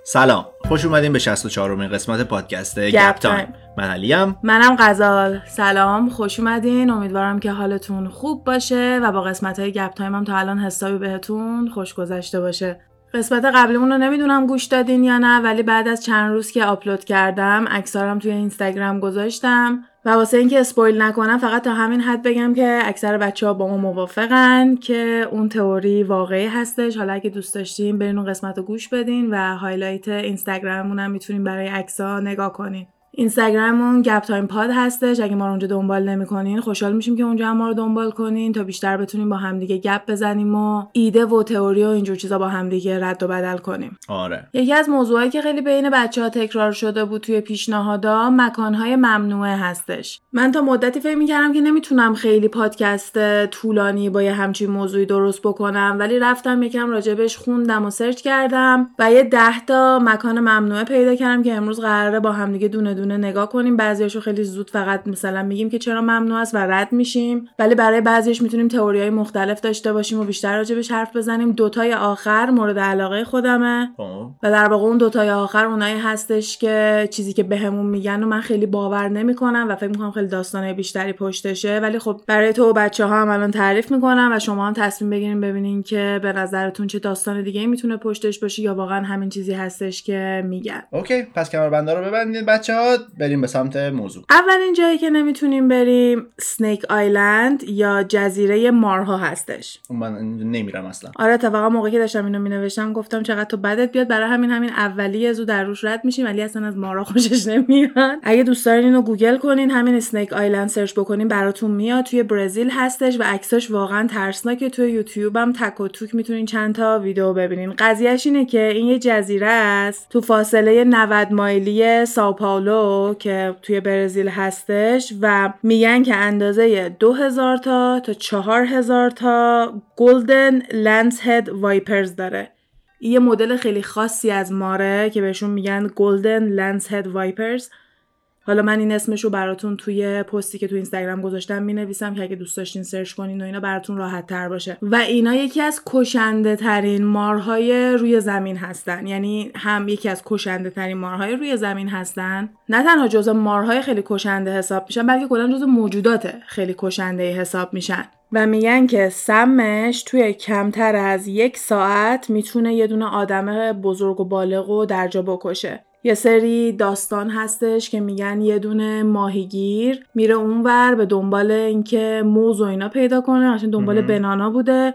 سلام، خوش اومدین به 64مین قسمت پادکست گپ تایم. من علیم. منم غزال. سلام، خوش اومدین. امیدوارم که حالتون خوب باشه و با قسمت‌های گپ تایم هم تا الان حسابی بهتون خوش گذشته باشه. قسمت قبلیمون رو نمیدونم گوش دادین یا نه، ولی بعد از چند روز که آپلود کردم عکسارم توی اینستاگرام گذاشتم و واسه اینکه اسپویل نکنم فقط تا همین حد بگم که اکثر بچه‌ها با ما موافقن که اون تئوری واقعی هستش. حالا اگه دوست داشتین برین اون قسمت رو گوش بدین و هایلایت اینستاگراممون هم میتونین برای عکس‌ها نگاه کنین. اینستاگراممون گپ تایم پاد هستش. اگه ما رو اونجا دنبال نمی‌کنین خوشحال میشیم که اونجا هم ما رو دنبال کنین تا بیشتر بتونیم با همدیگه گپ بزنیم و ایده و تئوری و اینجور چیزا با همدیگه رد و بدل کنیم. آره. یکی از موضوعایی که خیلی بین بچه‌ها تکرار شده بود توی پیشنهادها مکان‌های ممنوعه هستش. من تا مدتی فکر می‌کردم که نمیتونم خیلی پادکست طولانی با یه همچین موضوعی درست بکنم، ولی رفتم یکم راجبش خوندم و سرچ کردم و یه 10 تا مکان ممنوعه پیدا کردم که امروز قراره با همدیگه دونه نگاه کنیم. بعضیاشو خیلی زود فقط مثلا میگیم که چرا ممنوع است و رد میشیم، ولی برای بعضیش میتونیم تئوریای مختلف داشته باشیم و بیشتر راجبش حرف بزنیم. دوتای آخر مورد علاقه خودمه و در واقع اون دوتای آخر اونایی هستش که چیزی که بهمون میگن و من خیلی باور نمیکنم و فکر میکنم خیلی داستانای بیشتری پشتشه، ولی خب برای تو بچه‌ها هم الان تعریف میکنم و شما هم تصمیم بگیرین ببینین که به نظرتون چه داستان دیگه میتونه پشتش باشه یا واقعا همین چیزی هستش که میگن. اوکی، پس کمربندا رو ببندید بچه‌ها، بریم به سمت موضوع. اولین جایی که نمیتونیم بریم سنیک آیلند یا جزیره مارها هستش. من نمیرم اصلا. آره، اتفاقا موقعی که داشتم اینو مینوشتم گفتم چقدر تو بدت بیاد، برای همین اولیه زود در روش رد میشیم، ولی اصلا از مارها خوشش نمیاد. اگه دوست دارین اینو گوگل کنین، همین سنیک آیلند سرچ بکنین براتون میاد. توی برزیل هستش و عکساش واقعا ترسناکه. توی یوتیوب هم تک و توک میتونین چند تا ویدیو ببینین. قضیهش اینه که این یه جزیره است تو فاصله 90 مایلی سائو پائولو که توی برزیل هستش و میگن که اندازه 2000 تا 4000 تا گلدن لنس هد وایپرز داره. یه مدل خیلی خاصی از ماره که بهشون میگن گلدن لنس هد وایپرز. حالا من این اسمشو براتون توی پستی که تو اینستاگرام گذاشتم مینویسم که اگه دوست داشتین سرچ کنین و اینا براتون راحت تر باشه. و اینا یکی از کشنده ترین مارهای روی زمین هستن، یعنی هم یکی از کشنده ترین مارهای روی زمین هستن، نه تنها جزو مارهای خیلی کشنده حساب میشن بلکه کلا جزو موجودات خیلی کشنده حساب میشن و میگن که سمش توی کمتر از 1 ساعت میتونه یه دونه آدم بزرگ و بالغ و درجا بکشه. یه سری داستان هستش که میگن یه دونه ماهیگیر میره اونور به دنبال اینکه موز و اینا پیدا کنه، مثلا دنبال بنانا بوده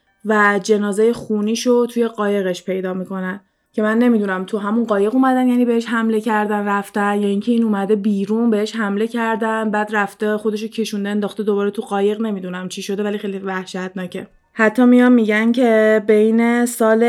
و جنازه خونیشو توی قایقش پیدا میکنن که من نمیدونم تو همون قایق اومدن یعنی بهش حمله کردن رفتن یا اینکه این اومده بیرون بهش حمله کردن بعد رفته خودشو کشونده انداخته دوباره تو قایق. نمیدونم چی شده ولی خیلی وحشتناکه. حتی میگن که بین سال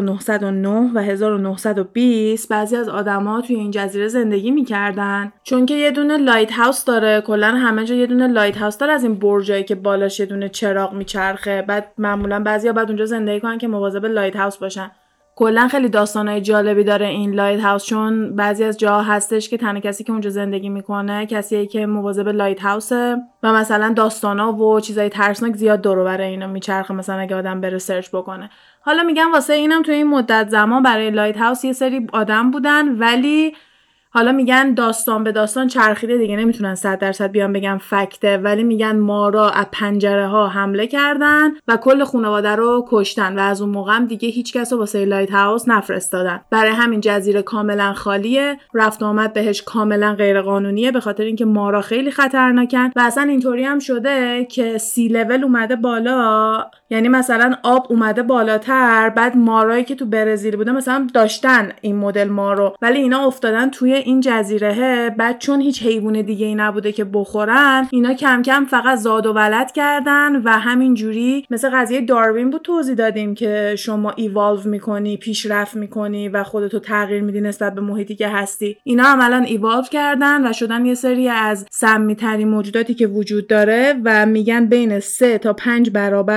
1909 و 1920 بعضی از آدما توی این جزیره زندگی میکردن چون که یه دونه لایت هاوس داره. کلا همه جا یه دونه لایت هاوس داره از این برجایی که بالاش یه دونه چراغ میچرخه. بعد معمولا بعضیا بعد اونجا زندگی کنن که مواظب لایت هاوس باشن. کلا خیلی داستانای جالبی داره این لایت هاوس، چون بعضی از جاها هستش که تنها کسی که اونجا زندگی میکنه کسیه که مواظب لایت هاوسه و مثلا داستانا و چیزای ترسناک زیاد دور و بر اینا میچرخه مثلا اگه آدم بره سرچ بکنه. حالا میگم واسه اینم توی این مدت زمان برای لایت هاوس یه سری آدم بودن، ولی حالا میگن داستان به داستان چرخیده دیگه، نمیتونن 100% بیان بگن فکته، ولی میگن مارا از پنجره ها حمله کردن و کل خانواده رو کشتن و از اون موقع هم دیگه هیچ کس رو واسه لایت هاوس نفرستادن. برای همین جزیره کاملا خالیه، رفت و آمد بهش کاملا غیر قانونیه به خاطر اینکه مارا خیلی خطرناکن و اصلا اینطوری هم شده که سی لول اومده بالا، یعنی مثلا آب اومده بالاتر. بعد مارایی که تو برزیل بوده مثلا داشتن این مدل مارو، ولی اینا افتادن توی این جزیره. بعد چون هیچ حیوان دیگه ای نبوده که بخورن، اینا کم کم فقط زاد و ولد کردن و همین جوری مثل قضیه داروین بود توضیح دادیم که شما ایوالو میکنی، پیشرفت میکنی و خودتو تغییر میدی نسبت به محیطی که هستی. اینا عملاً ایوالو کردن و شدن یه سری از سمی ترین موجوداتی که وجود داره و میگن بین 3 تا 5 برابر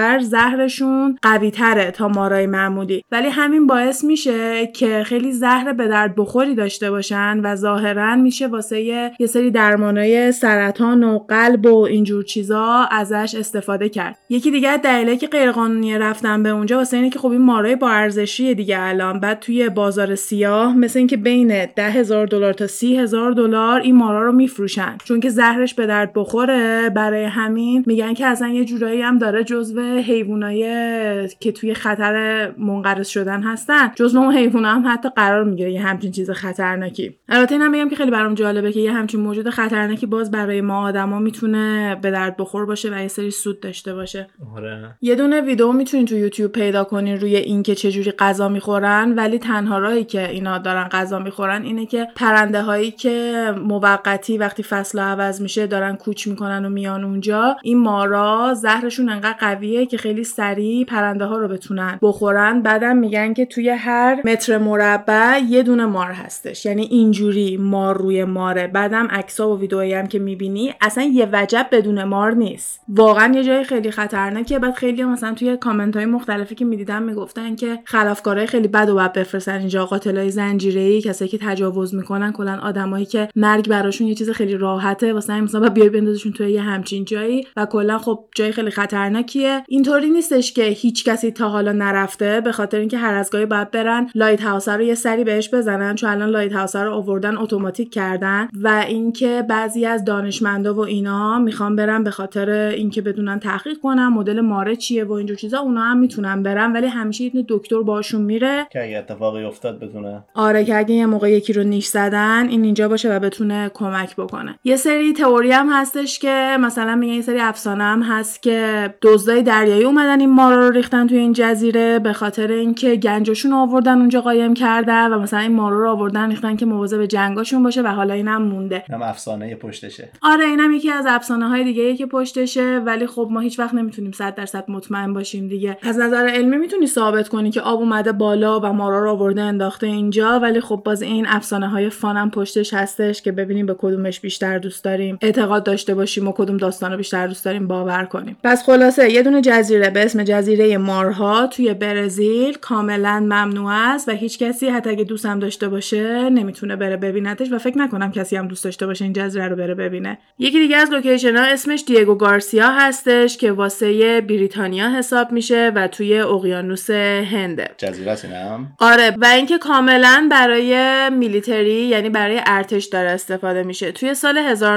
زهرشون قوی تره تا مارای معمولی، ولی همین باعث میشه که خیلی زهر به درد بخوری داشته باشن و ظاهرا میشه واسه یه سری درمانای سرطان و قلب و اینجور چیزا ازش استفاده کرد. یکی دیگه دلیلی که غیرقانونی رفتن به اونجا واسه اینه که خب این مارای با ارزشیه دیگه الان، بعد توی بازار سیاه مثل اینکه بین $10,000 تا $30,000 این مارا رو میفروشن، چون که زهرش به درد بخوره. برای همین میگن که اصلا یه جورایی هم داره جزو حیوانایی که توی خطر منقرض شدن هستن، جزو اون حیونا هم حتی قرار میگیره یه همچین چیز خطرناکی. البته اینم میگم که خیلی برام جالبه که یه همچین موجود خطرناکی باز برای ما آدما میتونه به درد بخور باشه و یه سری سود داشته باشه. آره. یه دونه ویدیو میتونین تو یوتیوب پیدا کنین روی این که چجوری غذا میخورن، ولی تنها راهی که اینا دارن غذا میخورن اینه که پرنده هایی که موقتی وقتی فصل عوض میشه دارن کوچ میکنن و میان اونجا، این مارا زهرشون انقدر قویه که خیلی سریع پرنده ها رو بتونن بخورن. بعدم میگن که توی هر متر مربع یه دونه مار هستش، یعنی اینجوری مار روی ماره. بعدم عکس‌ها و ویدئویی هم که میبینی اصلا یه وجب بدون مار نیست، واقعا یه جای خیلی خطرناکه. بعد خیلی مثلا توی کامنت های مختلفی که میدیدم میگفتن که خلافکارای خیلی بد و بد بفرستن اینجا، قاتلای زنجیره‌ای، کسایی که تجاوز میکنن، کلا آدمایی که مرگ براشون یه چیز خیلی راحته، واسه همین مثلا بیای بندازشون توی یه همچین جایی و کلا خب جای خیلی خطرناکیه. اینطوری نیستش که هیچ کسی تا حالا نرفته، به خاطر اینکه هر از گاهی باید برن لایت هاوس رو یه سری بهش بزنن، چون الان لایت هاوس رو آوردن اتوماتیک کردن و اینکه بعضی از دانشمندا و اینا میخوان برن به خاطر اینکه بدونن تحقیق کنن مدل ماره چیه و اینجور چیزا، اونا هم میتونن برن، ولی همیشه یه دکتر باشون میره که اگه اتفاقی افتاد بتونه، آره، که اگه یه موقع یکی رو نیش زدن این اینجا باشه و بتونه کمک بکنه. یه سری تئوری هم هستش که مثلا میگن، یه سری افسانه هم هست که دزدای دریایی اومدن این مارا رو ریختن توی این جزیره به خاطر اینکه گنجاشون آوردن اونجا قایم کردن و مثلا این مارا رو آوردن ریختن که مواظب جنگاشون باشه و حالا اینم مونده. اینم افسانه پشتشه. آره، اینم یکی از افسانه‌های دیگه‌ای که پشتشه، ولی خب ما هیچ وقت نمیتونیم 100% مطمئن باشیم دیگه. از نظر علمی میتونی ثابت کنی که آب اومده بالا و مارا رو آورده انداخته اینجا، ولی خب باز این افسانه‌های فانم پشتش هستش که ببینیم به کدومش بیشتر دوست داریم اعتقاد داشته باشیم و کدوم داستانو بیشتر دوست داریم باور کنیم. پس خلاصه یه دونه جزیره به اسم جزیره مارها توی برزیل کاملا ممنوع است و هیچ کسی حتی اگه دوست هم داشته باشه نمیتونه بره ببینتش و فکر نکنم کسی هم دوست داشته باشه این جزیره رو بره ببینه. یکی دیگه از لوکیشن‌ها اسمش دیگو گارسیا هستش که واسه بریتانیا حساب میشه و توی اقیانوس هنده. جزیره است اینم. آره، و اینکه کاملا برای میلیتری یعنی برای ارتش داره استفاده میشه. توی سال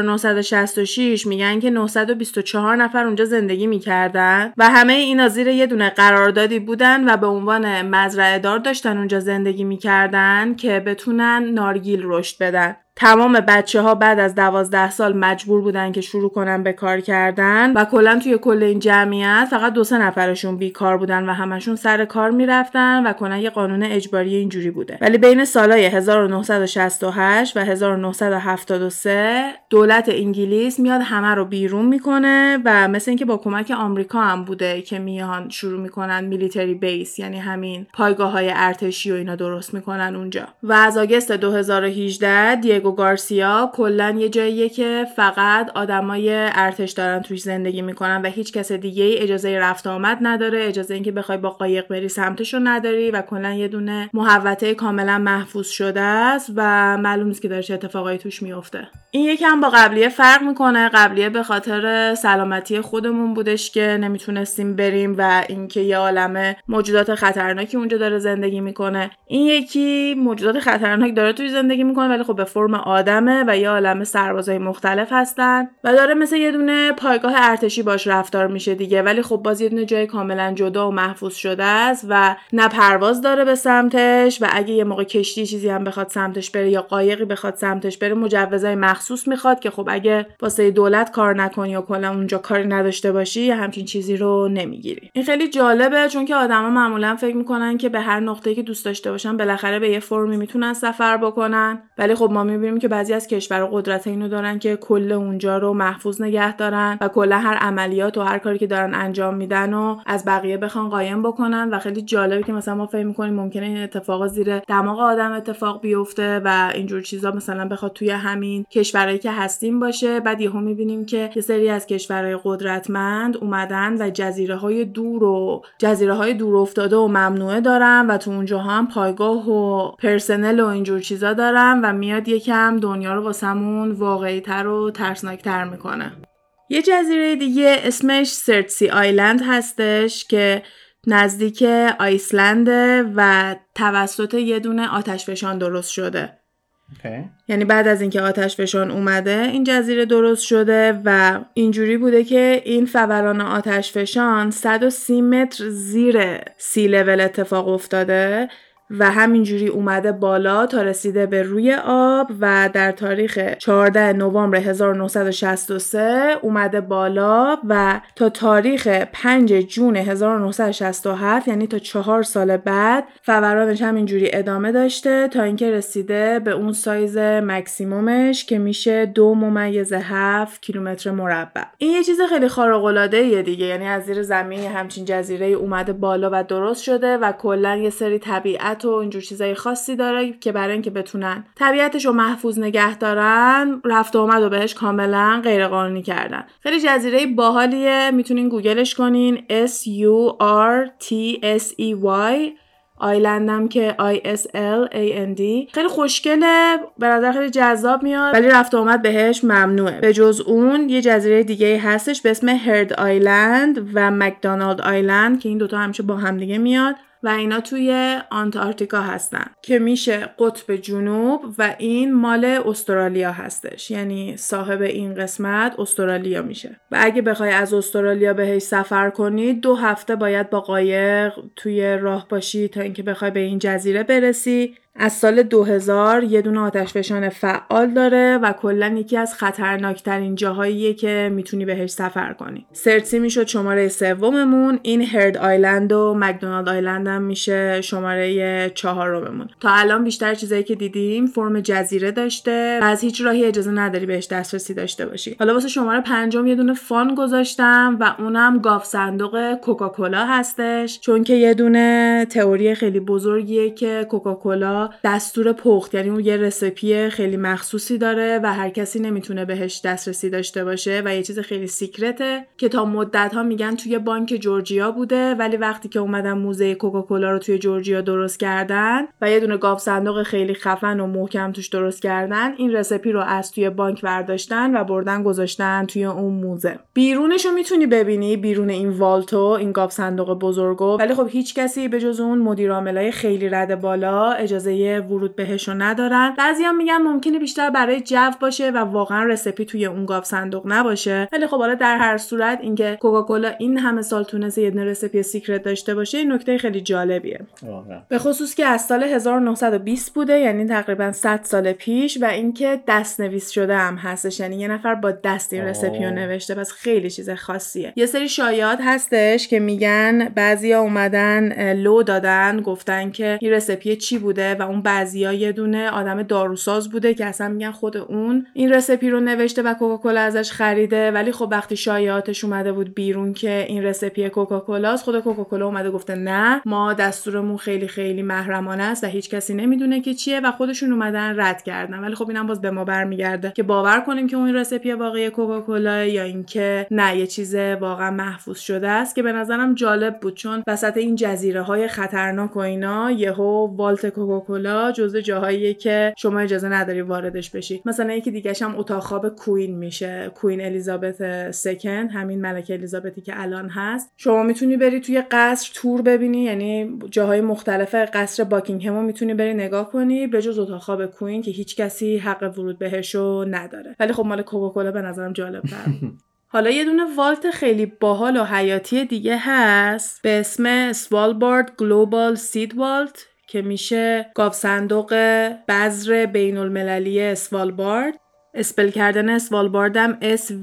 1966 میگن که 924 نفر اونجا زندگی میکردن و همه اینا زیر یه دونه قراردادی بودن و به عنوان مزرعه دار داشتن اونجا زندگی میکردن که بتونن نارگیل رشد بدن. تمام بچه‌ها بعد از 12 سال مجبور بودن که شروع کنن به کار کردن و کلا توی کل این جمعیت فقط 2-3 نفرشون بیکار بودن و همشون سر کار میرفتن و کلا یه قانون اجباری اینجوری بوده. ولی بین سالهای 1968 و 1973 دولت انگلیس میاد همه رو بیرون میکنه و مثل اینکه با کمک آمریکا هم بوده که میان شروع میکنن میلیتری بیس، یعنی همین پایگاه‌های ارتشی و اینا درست میکنن اونجا. و از آگوست 2018 دیگو گارسیا کلا یه جاییه که فقط آدمای ارتش دارن توش زندگی میکنن و هیچ کس دیگه ای اجازه رفت آمد نداره، اجازه اینکه بخوای با قایق بری سمتشو نداری و کلا یه دونه محوطه کاملا محفوظ شده است و معلوم نیست که داره چه اتفاقایی توش میفته. این یکم با قبلیه فرق میکنه. قبلیه به خاطر سلامتی خودمون بودش که نمیتونستیم بریم و اینکه یه عالمه موجودات خطرناکی اونجا داره زندگی میکنه. این یکی موجودات خطرناک داره توش زندگی میکنه ولی خب به فرم آدمه و یه عالمه سربازای مختلف هستن و داره مثل یه دونه پایگاه ارتشی باش رفتار میشه دیگه، ولی خب باز یه دونه جای کاملا جدا و محفوظ شده است و نه پرواز داره به سمتش و اگه یه موقع کشتی چیزی هم بخواد سمتش بره یا قایقی بخواد سمتش بره مجوزای مخصوص میخواد که خب اگه واسه دولت کار نکنی و کلا اونجا کاری نداشته باشی همچین چیزی رو نمیگیری. این خیلی جالبه چون که آدما معمولا فکر میکنن که به هر نقطه‌ای که دوست داشته باشن بالاخره به یه فرمی میتونن سفر بکنن، ولی خب ما میبینیم می‌بینیم که بعضی از کشورها قدرت اینو دارن که کل اونجا رو محفوظ نگه دارن و کلا هر عملیات و هر کاری که دارن انجام میدن و از بقیه بخوان قایم بکنن و خیلی جالبه که مثلا ما فکر می‌کنیم ممکنه این اتفاق زیر دماغ آدم اتفاق بیفته و اینجور چیزا مثلا بخواد توی همین کشورهایی که هستیم باشه. بعد یهو می‌بینیم که یه سری از کشورهای قدرتمند اومدن و جزیره‌های دور افتاده و ممنوعه دارن و تو اونجا هم پایگاه و پرسنل و اینجور چیزا دارن و میاد یکم دنیا رو واسمون واقعی‌تر و ترسناک‌تر میکنه. یه جزیره دیگه اسمش سرتسی آیلند هستش که نزدیک آیسلنده و توسط یه دونه آتشفشان درست شده. یعنی بعد از اینکه آتشفشان اومده این جزیره درست شده و اینجوری بوده که این فوران آتشفشان 130 متر زیر سی لول اتفاق افتاده و همینجوری اومده بالا تا رسیده به روی آب و در تاریخ 14 نوامبر 1963 اومده بالا و تا تاریخ 5 جون 1967 یعنی تا 4 سال بعد فورانش همینجوری ادامه داشته تا اینکه رسیده به اون سایز مکسیمومش که میشه 2.7 کیلومتر مربع. این یه چیز خیلی خارق‌العاده‌ایه دیگه، یعنی از زیر زمین همچین جزیره اومده بالا و درست شده و کلا یه سری طبیعت و اینجور چیزای خاصی داره که برای اینکه بتونن طبیعتش رو محفوظ نگه دارن رفت و آمد و بهش کاملا غیر قانونی کردن. خیلی جزیره باحالیه، میتونین گوگلش کنین SURTSEY آیلندم که ISLAND. خیلی خوشگله، به نظر خیلی جذاب میاد ولی رفت و آمد بهش ممنوعه. به جز اون یه جزیره دیگه هستش به اسم هرد آیلند و مکدونالد آیلند که این دوتا همیشه با هم دیگه میاد و اینا توی آنتارکتیکا هستن که میشه قطب جنوب و این مال استرالیا هستش، یعنی صاحب این قسمت استرالیا میشه و اگه بخوای از استرالیا بهش سفر کنی 2 هفته باید با قایق توی راه باشی تا اینکه بخوای به این جزیره برسی. از سال 2000 یه دونه آتشفشان فعال داره و کلاً یکی از خطرناکترین جاهاییه که میتونی بهش سفر کنی. سرتسی میشد شماره 3مون، این هرد آیلند و مکدونالد آیلند هم میشه شماره 4مون. تا الان بیشتر چیزایی که دیدیم فرم جزیره داشته و از هیچ راهی اجازه نداری بهش دسترسی داشته باشی. حالا واسه شماره 5 یه دونه فان گذاشتم و اونم گاف صندوق کوکاکولا هستش، چون که یه دونه تئوری خیلی بزرگیه که کوکاکولا دستور پخت، یعنی اون یه رسیپی خیلی مخصوصی داره و هر کسی نمیتونه بهش دسترسی داشته باشه و یه چیز خیلی سیکرته که تا مدت‌ها میگن توی بانک جورجیا بوده، ولی وقتی که اومدن موزه کوکاکولا رو توی جورجیا درست کردن و یه دونه گاف صندوق خیلی خفن و محکم توش درست کردن، این رسیپی رو از توی بانک برداشتن و بردن گذاشتن توی اون موزه. بیرونش رو میتونی ببینی، بیرون این والتو، این گاف صندوق بزرگو، ولی خب هیچ کسی به جز اون مدیر عاملای خیلی رد بالا اجازه ورود بهشو ندارن. بعضیا میگن ممکنه بیشتر برای جو باشه و واقعا رسیپی توی اون گاف صندوق نباشه، ولی خب حالا در هر صورت اینکه کوکاکولا این همه سال تونسته یه رسیپی سیکرت داشته باشه این نکته خیلی جالبیه. به خصوص که از سال 1920 بوده، یعنی تقریبا 100 سال پیش، و اینکه دست‌نویس شده هم هستش، یعنی یه نفر با دست این رسیپی رو نوشته، پس خیلی چیز خاصیه. یه سری شایعات هستش که میگن بعضیا اومدن لو دادن گفتن که این رسیپی چی بوده و اون بعضیا یه دونه آدم داروساز بوده که اصلا میگن خود اون این رسیپی رو نوشته و کوکاکولا ازش خریده، ولی خب وقتی شایعاتش اومده بود بیرون که این رسیپی کوکاکولاست، خود کوکاکولا اومده گفته نه، ما دستورمون خیلی خیلی محرمانه است و هیچ کسی نمیدونه که چیه و خودشون اومدن رد کردن. ولی خب اینم باز به ما برمیگرده که باور کنیم که اون رسیپی واقعی کوکاکولا یا اینکه نه یه چیز واقعا محفوظ شده است، که به نظرم جالب بود چون وسط این جزیره‌های خطرناک و اینا یهو والت کوکاکولا جزو جاهاییه که شما اجازه نداری واردش بشی. مثلا یکی دیگه‌ش هم اتاق خواب کوین میشه، کوین الیزابت سکند، همین ملکه الیزابتی که الان هست. شما میتونی بری توی قصر تور ببینی، یعنی جاهای مختلف قصر باکینگهمو میتونی بری نگاه کنی، به جز اتاق خواب کوین که هیچ کسی حق ورود بهشو نداره. ولی خب مال کوکاکولا به نظرم جالب‌تر. حالا یه دونه والت خیلی باحال و حیاتی دیگه هست به اسم سوالبارد گلوبال سید والت که میشه گاف صندوق بذر بین المللی سوالبارد. اسپل کردن سوالباردم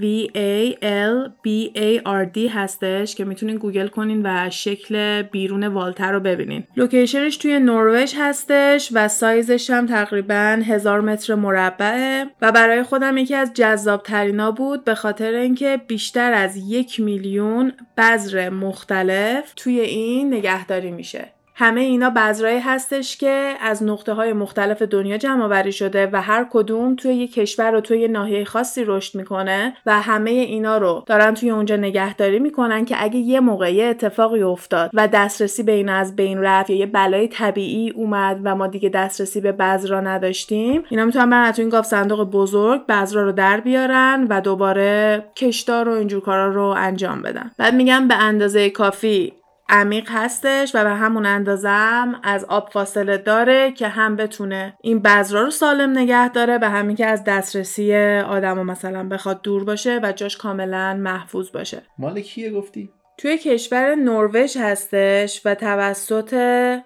SVALBARD هستش که میتونین گوگل کنین و شکل بیرون والتر رو ببینین. لوکیشنش توی نروژ هستش و سایزش هم تقریباً 1000 متر مربعه و برای خودم یکی از جذاب ترینا بود به خاطر اینکه بیشتر از 1 میلیون بذر مختلف توی این نگهداری میشه. همه اینا بذرایی هستش که از نقطه‌های مختلف دنیا جمع‌آوری شده و هر کدوم توی یک کشور و توی یه ناحیه خاصی رشد میکنه و همه اینا رو دارن توی اونجا نگهداری میکنن که اگه یه موقع یه اتفاقی افتاد و دسترسی به اینا از بین رفت یا یه بلای طبیعی اومد و ما دیگه دسترسی به بذرا نداشتیم، اینا میتونن برن تو این گاف صندوق بزرگ بذرا رو در بیارن و دوباره کشتار و اینجور کارا رو انجام بدن. بعد میگم به اندازه کافی عمیق هستش و به همون اندازه هم از آب فاصله داره که هم بتونه این بذرا رو سالم نگه داره به همین که از دسترسی آدمو مثلا بخواد دور باشه و جاش کاملا محفوظ باشه. مال کیه گفتی؟ توی کشور نروژ هستش و توسط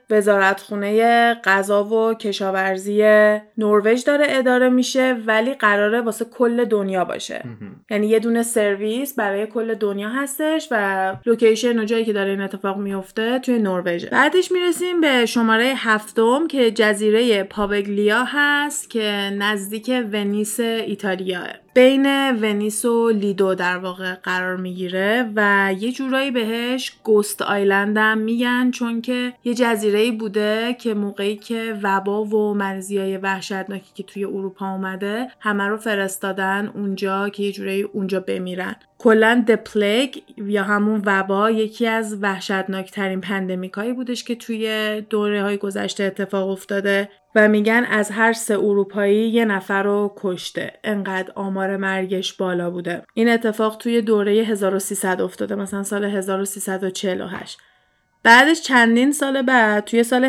وزارتخونه غذا و کشاورزی نروژ داره اداره میشه ولی قراره واسه کل دنیا باشه. یعنی یه دونه سرویس برای کل دنیا هستش و لوکیشن و جایی که داره این اتفاق میفته توی نروژ. بعدش میرسیم به شماره 7 که جزیره پاوگلیا هست که نزدیک ونیس ایتالیاه. بین ونیس و لیدو در واقع قرار میگیره و یه جورایی بهش گوست آیلند هم میگن چون که یه جزیره‌ای بوده که موقعی که وبا و مریضی‌های وحشتناکی که توی اروپا اومده همه رو فرستادن اونجا که یه جورایی اونجا بمیرن. کلاً The Plague یا همون وبا یکی از وحشتناکترین پندمیکایی بودش که توی دوره‌های گذشته اتفاق افتاده و میگن از هر 3 اروپایی یه نفر رو کشته. انقدر آمار مرگش بالا بوده. این اتفاق توی دوره 1300 افتاده، مثلا سال 1348. بعدش چندین سال بعد توی سال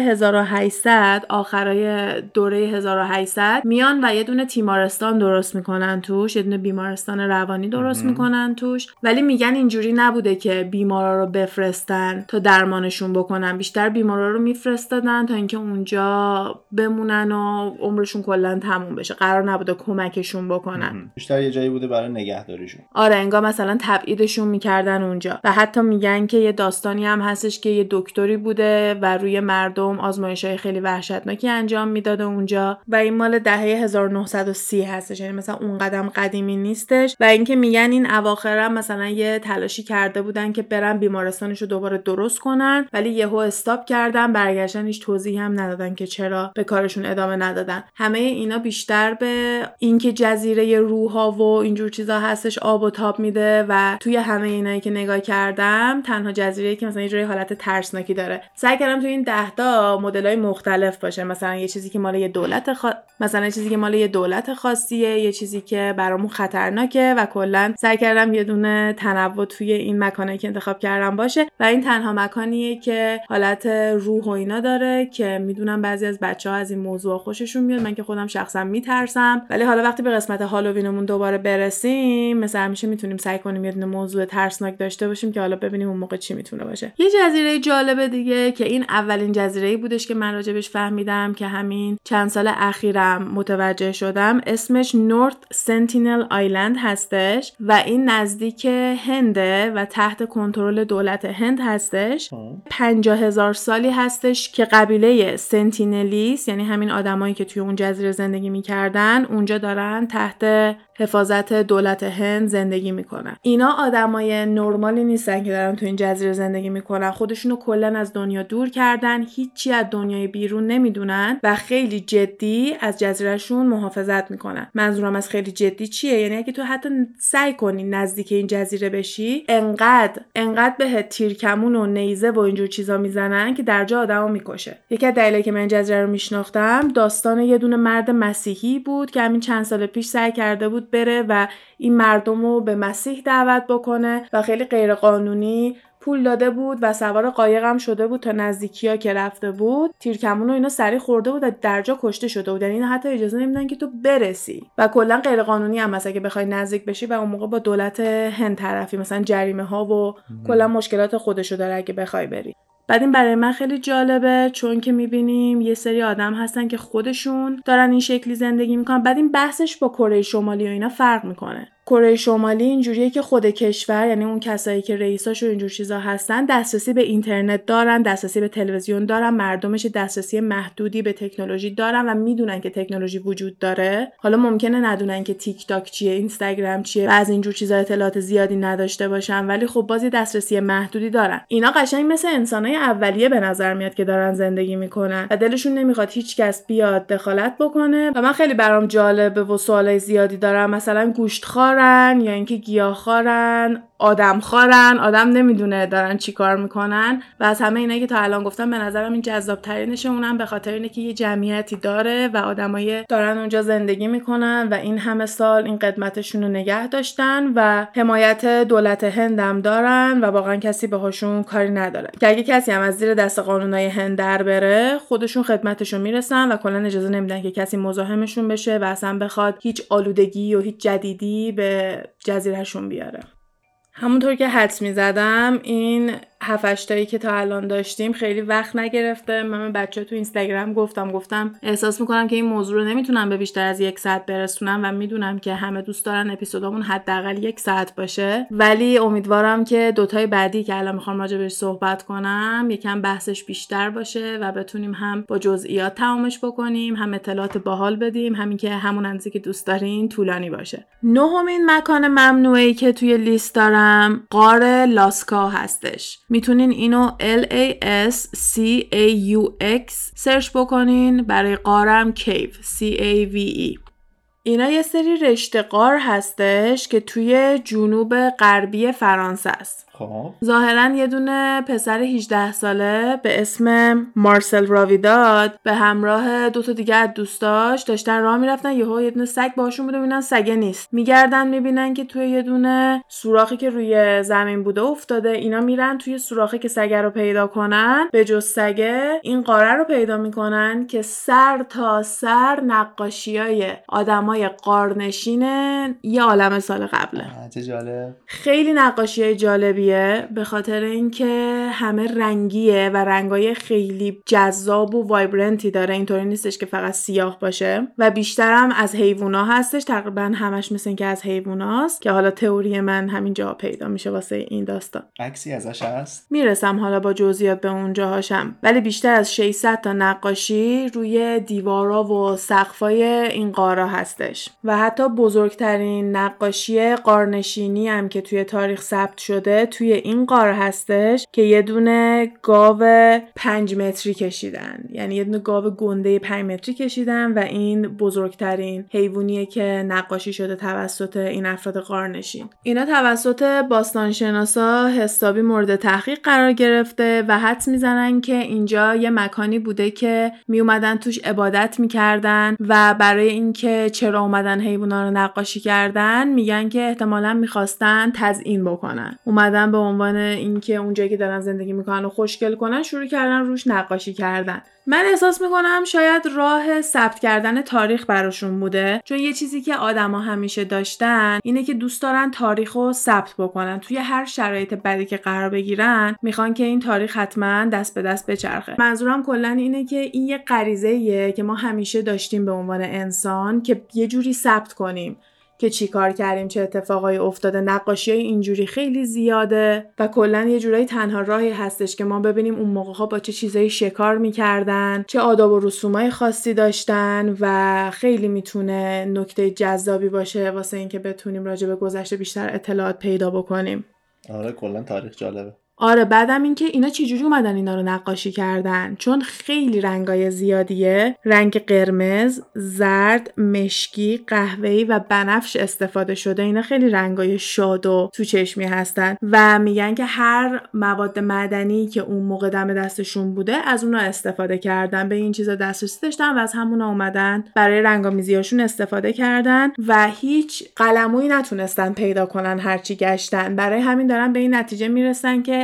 1800 آخرای دوره 1800 میان و یه دونه تیمارستان درست میکنن توش، یه دونه بیمارستان روانی درست میکنن توش، ولی میگن اینجوری نبوده که بیمارا رو بفرستن تا درمانشون بکنن، بیشتر بیمارا رو میفرستادن تا اینکه اونجا بمونن و عمرشون کلا تموم بشه. قرار نبوده کمکشون بکنن. بیشتر یه جایی بوده برای نگهداریشون. آره انگار مثلا تبعیدشون میکردن اونجا. و حتی میگن که یه داستانی هم هستش که یه دکتری بوده و روی مردم آزمایش‌های خیلی وحشتناکی انجام میداده اونجا و این مال دهه 1930 هستش، یعنی مثلا اون قدم قدیمی نیستش. و اینکه میگن این اواخر هم مثلا یه تلاشی کرده بودن که برن بیمارستانشو دوباره درست کنن ولی یهو استاپ کردن، برگشتن، هیچ توضیحی هم ندادن که چرا به کارشون ادامه ندادن. همه اینا بیشتر به اینکه جزیره روح‌ها و اینجور چیزا هستش آب و تاب میده و توی همه اینایی که نگاه کردم تنها جزیره‌ای که مثلا یه جوری حالت ترسناکی داره. سعی کردم تو این 10 تا مدل‌های مختلف باشه، مثلا یه چیزی که مال یه دولت مثلا یه چیزی که مال یه دولت خاصیه، یه چیزی که برامون خطرناکه و کلا سعی کردم یه دونه تنوع توی این مکانایی که انتخاب کردم باشه و این تنها مکانیه که حالت روح و اینا داره که میدونم بعضی از بچه‌ها از این موضوع خوششون میاد. من که خودم شخصا میترسم، ولی حالا وقتی به قسمت هالووینمون دوباره برسیم مثلا همیشه میتونیم سعی کنیم یه دونه موضوع ترسناک داشته باشیم که حالا ببینیم اون موقع چی میتونه باشه. یه جزیره جالب دیگه که این اولین جزیره‌ای بودش که من راجبش فهمیدم که همین چند سال اخیرم متوجه شدم، اسمش نورث سنتینل آیلند هستش و این نزدیک هنده و تحت کنترل دولت هند هستش. 50,000 سالی هستش که قبیله سنتینلیس، یعنی همین آدمایی که توی اون جزیره زندگی میکردن، اونجا دارن تحت حفاظت دولت هند زندگی میکنن. اینا آدمای نرمالی نیستن که دارن تو این جزیره زندگی میکنن، خودشونو کلا از دنیا دور کردن، هیچی از دنیای بیرون نمیدونن و خیلی جدی از جزیرهشون محافظت میکنن. منظورم از خیلی جدی چیه؟ یعنی اگه تو حتی سعی کنی نزدیک این جزیره بشی، انقدر بهت تیرکمون و نیزه و اینجور چیزا میزنن که در جا آدمو میکشه. یکی از دلایلی که من این جزیره رو میشناختم داستان یه دونه مرد مسیحی بود که همین چند سال پیش سعی کرده بود بره و این مردم رو به مسیح دعوت بکنه و خیلی غیرقانونی پول داده بود و سوار قایق هم شده بود. تا نزدیکی‌ها که رفته بود تیرکمون و اینا سری خورده بود و درجا کشته شده بود، یعنی اینا حتی اجازه نمیدن که تو برسی و کلا غیرقانونی هم مثلا که بخوای نزدیک بشی و اون موقع با دولت هند طرفی، مثلا جریمه ها و کلا مشکلات خودشو داره اگه بخوای بری. بعد این برای من خیلی جالبه چون که میبینیم یه سری آدم هستن که خودشون دارن این شکلی زندگی میکنن. بعد این بحثش با کره شمالی و اینا فرق میکنه. کره شمالی اینجوریه که خود کشور، یعنی اون کسایی که رئیساش و اینجور چیزا هستن، دسترسی به اینترنت دارن، دسترسی به تلویزیون دارن، مردمش دسترسی محدودی به تکنولوژی دارن و میدونن که تکنولوژی وجود داره. حالا ممکنه ندونن که تیک تاک چیه، اینستاگرام چیه و از اینجور چیزا اطلاعات زیادی نداشته باشن، ولی خب باز دسترسی محدودی دارن. اینا قشنگ مثل انسانای اولیه به نظر میاد که دارن زندگی میکنن و دلشون نمیخواد هیچ کس بیاد دخالت بکنه. و من خیلی برام جالبه و سوالای زیادی دارم، مثلا گوشتخوار یا اینکه گیاهخوارن، آدم نمیدونه دارن چی کار میکنن. و از همه اینا که تا الان گفتم به نظرم این جذاب ترینشه، اونم به خاطر اینه که یه جمعیتی داره و آدمایی دارن اونجا زندگی میکنن و این همه سال این قدمتشون رو نگه داشتن و حمایت دولت هندم دارن و واقعا کسی باهاشون کاری نداره که اگه کسی هم از زیر دست قانونای هند در بره خودشون خدمتشون میرسن و کلا اجازه نمیدن که کسی مزاحمشون بشه و اصلا بخواد هیچ آلودگی و هیچ جدیدی به جزیرهشون بیاره. همونطور که حدس می‌زدم این 7-8 تایی که تا الان داشتیم خیلی وقت نگرفته. من بچه‌ها تو اینستاگرام گفتم احساس میکنم که این موضوع رو نمیتونم به بیشتر از 1 ساعت برسونم و میدونم که همه دوست دارن اپیزودامون حداقل 1 ساعت باشه، ولی امیدوارم که 2 تای بعدی که الان میخوام راجع بهش صحبت کنم یکم بحثش بیشتر باشه و بتونیم هم با جزئیات تمامش بکنیم، هم اطلاعات باحال بدیم، همین که همون اندازه که دوست دارین طولانی باشه. 9مین مکان ممنوعی که توی لیست دارم غار لاسکا هستش. میتونین اینو LASCAUX سرچ بکنین، برای غارم کیو CAVE. اینا یه سری رشته غار هستش که توی جنوب غربی فرانسه است. خب ظاهرا یه دونه پسر 18 ساله به اسم مارسل راویداد به همراه 2 تا دیگه از دوستاش داشتن راه میرفتن، یه دونه سگ باشون بوده، میبینن سگه نیست، میگردن میبینن که توی یه دونه سوراخی که روی زمین بوده افتاده. اینا میرن توی سوراخی که سگه رو پیدا کنن، به جز سگه این قاره رو پیدا میکنن که سر تا سر نقاشیای آدمای غارنشینه یه عالمه سال قبله. چه جالب. خیلی نقاشیای جالبی به خاطر اینکه همه رنگیه و رنگای خیلی جذاب و وایبرنتی داره، اینطوری نیستش که فقط سیاه باشه و بیشترم از حیوونا هستش، تقریبا همش مثل اینکه از حیووناست که حالا تئوری من همینجا پیدا میشه واسه این داستان. عکسی ازش هست؟ میرسم حالا با جزئیات به اونجاهاشم، ولی بیشتر از 600 تا نقاشی روی دیوارا و سقفای این غارا هستش و حتی بزرگترین نقاشی غارنشینی هم که توی تاریخ ثبت شده توی این غار هستش که یه دونه گاو 5 متری کشیدن، یعنی یه دونه گاو گنده 5 متری کشیدن و این بزرگترین حیوانیه که نقاشی شده توسط این افراد غارنشین. اینا توسط باستانشناسا حسابی مورد تحقیق قرار گرفته و حدس میزنن که اینجا یه مکانی بوده که می اومدن توش عبادت میکردن و برای اینکه چرا اومدن حیونا رو نقاشی کردن میگن که احتمالاً میخواستن تزیین بکنن، اومدن به عنوان اینکه اونجایی که دارن زندگی میکنن و خوشگل کنن شروع کردن روش نقاشی کردن. من احساس میکنم شاید راه ثبت کردن تاریخ براشون بوده، چون یه چیزی که آدما همیشه داشتن اینه که دوست دارن تاریخو ثبت بکنن، توی هر شرایط بدی که قرار بگیرن میخوان که این تاریخ حتما دست به دست بچرخه. منظورم کلا اینه که این یه غریزه‌ایه که ما همیشه داشتیم به عنوان انسان که یه جوری ثبت کنیم که چی کار کردیم، چه اتفاقایی افتاده. نقاشی‌های اینجوری خیلی زیاده و کلاً یه جورایی تنها راهی هستش که ما ببینیم اون موقع‌ها با چه چیزایی شکار می‌کردن، چه آداب و رسومای خاصی داشتن و خیلی میتونه نکته جذابی باشه واسه اینکه بتونیم راجع به گذشته بیشتر اطلاعات پیدا بکنیم. آره کلاً تاریخ جالبه. آره بعدم این که اینا چجوری اومدن اینا رو نقاشی کردن، چون خیلی رنگای زیادیه، رنگ قرمز، زرد، مشکی، قهوه‌ای و بنفش استفاده شده. اینا خیلی رنگای شاد و تو چشمی هستن و میگن که هر مواد معدنی که اون موقع دم دستشون بوده از اونا استفاده کردن، به این چیزا دسترسی داشتن و از همونا اومدن برای رنگامیزیاشون استفاده کردن و هیچ قلمویی نتونستن پیدا کنن هرچی گشتن. برای همین دارن به این نتیجه میرسن که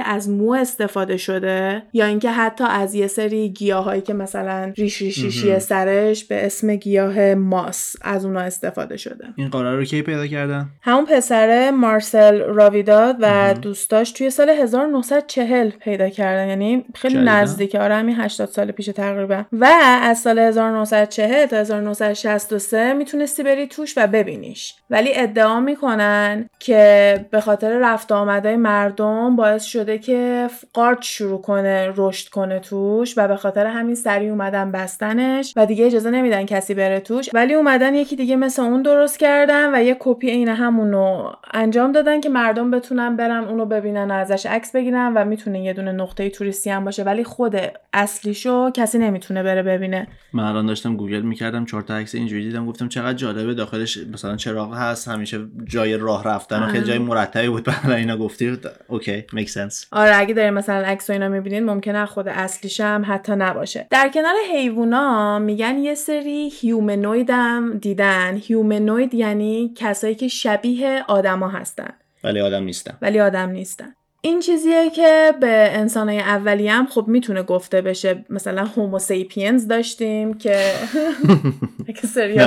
از مو استفاده شده یا اینکه حتی از یه سری گیاهایی که مثلا ریشی سرش به اسم گیاه ماس از اونا استفاده شده. این قاره رو کی پیدا کردن؟ همون پسر مارسل راویداد و دوستاش توی سال 1940 پیدا کردن، یعنی خیلی نزدیکه. آره همین 80 سال پیش تقریبا. و از سال 1940 تا 1963 میتونستی بری توش و ببینیش، ولی ادعا میکنن که به خاطر رفت آمدهای مردم باعث شده که قارچ شروع کنه رشد کنه توش و به خاطر همین سریع اومدن بستنش و دیگه اجازه نمیدن کسی بره توش، ولی اومدن یکی دیگه مثل اون درست کردن و یه کپی عین همونو انجام دادن که مردم بتونن برن اونو ببینن و ازش عکس بگیرن و میتونه یه دونه نقطه توریستی هم باشه، ولی خود اصلیشو کسی نمیتونه بره ببینه. من الان داشتم گوگل میکردم 4 تا عکس اینجوری دیدم، گفتم چقدر جالبه. داخلش مثلا چراغ هست، همیشه جای راه رفتن و خیلی جای مرتبی بود. بعد اینا گفتی اوکی میک سنس. آره اگه دارین مثلا عکس و اینا میبینید ممکنه خود اصلیش هم حتی نباشه. در کنار حیوونا میگن یه سری هیومنوید هم دیدن. هیومنوید یعنی کسایی که شبیه آدما هستن ولی آدم نیستن. این چیزیه که به انسانای اولیه هم خب میتونه گفته بشه. مثلا هوموسیپینز داشتیم که اگه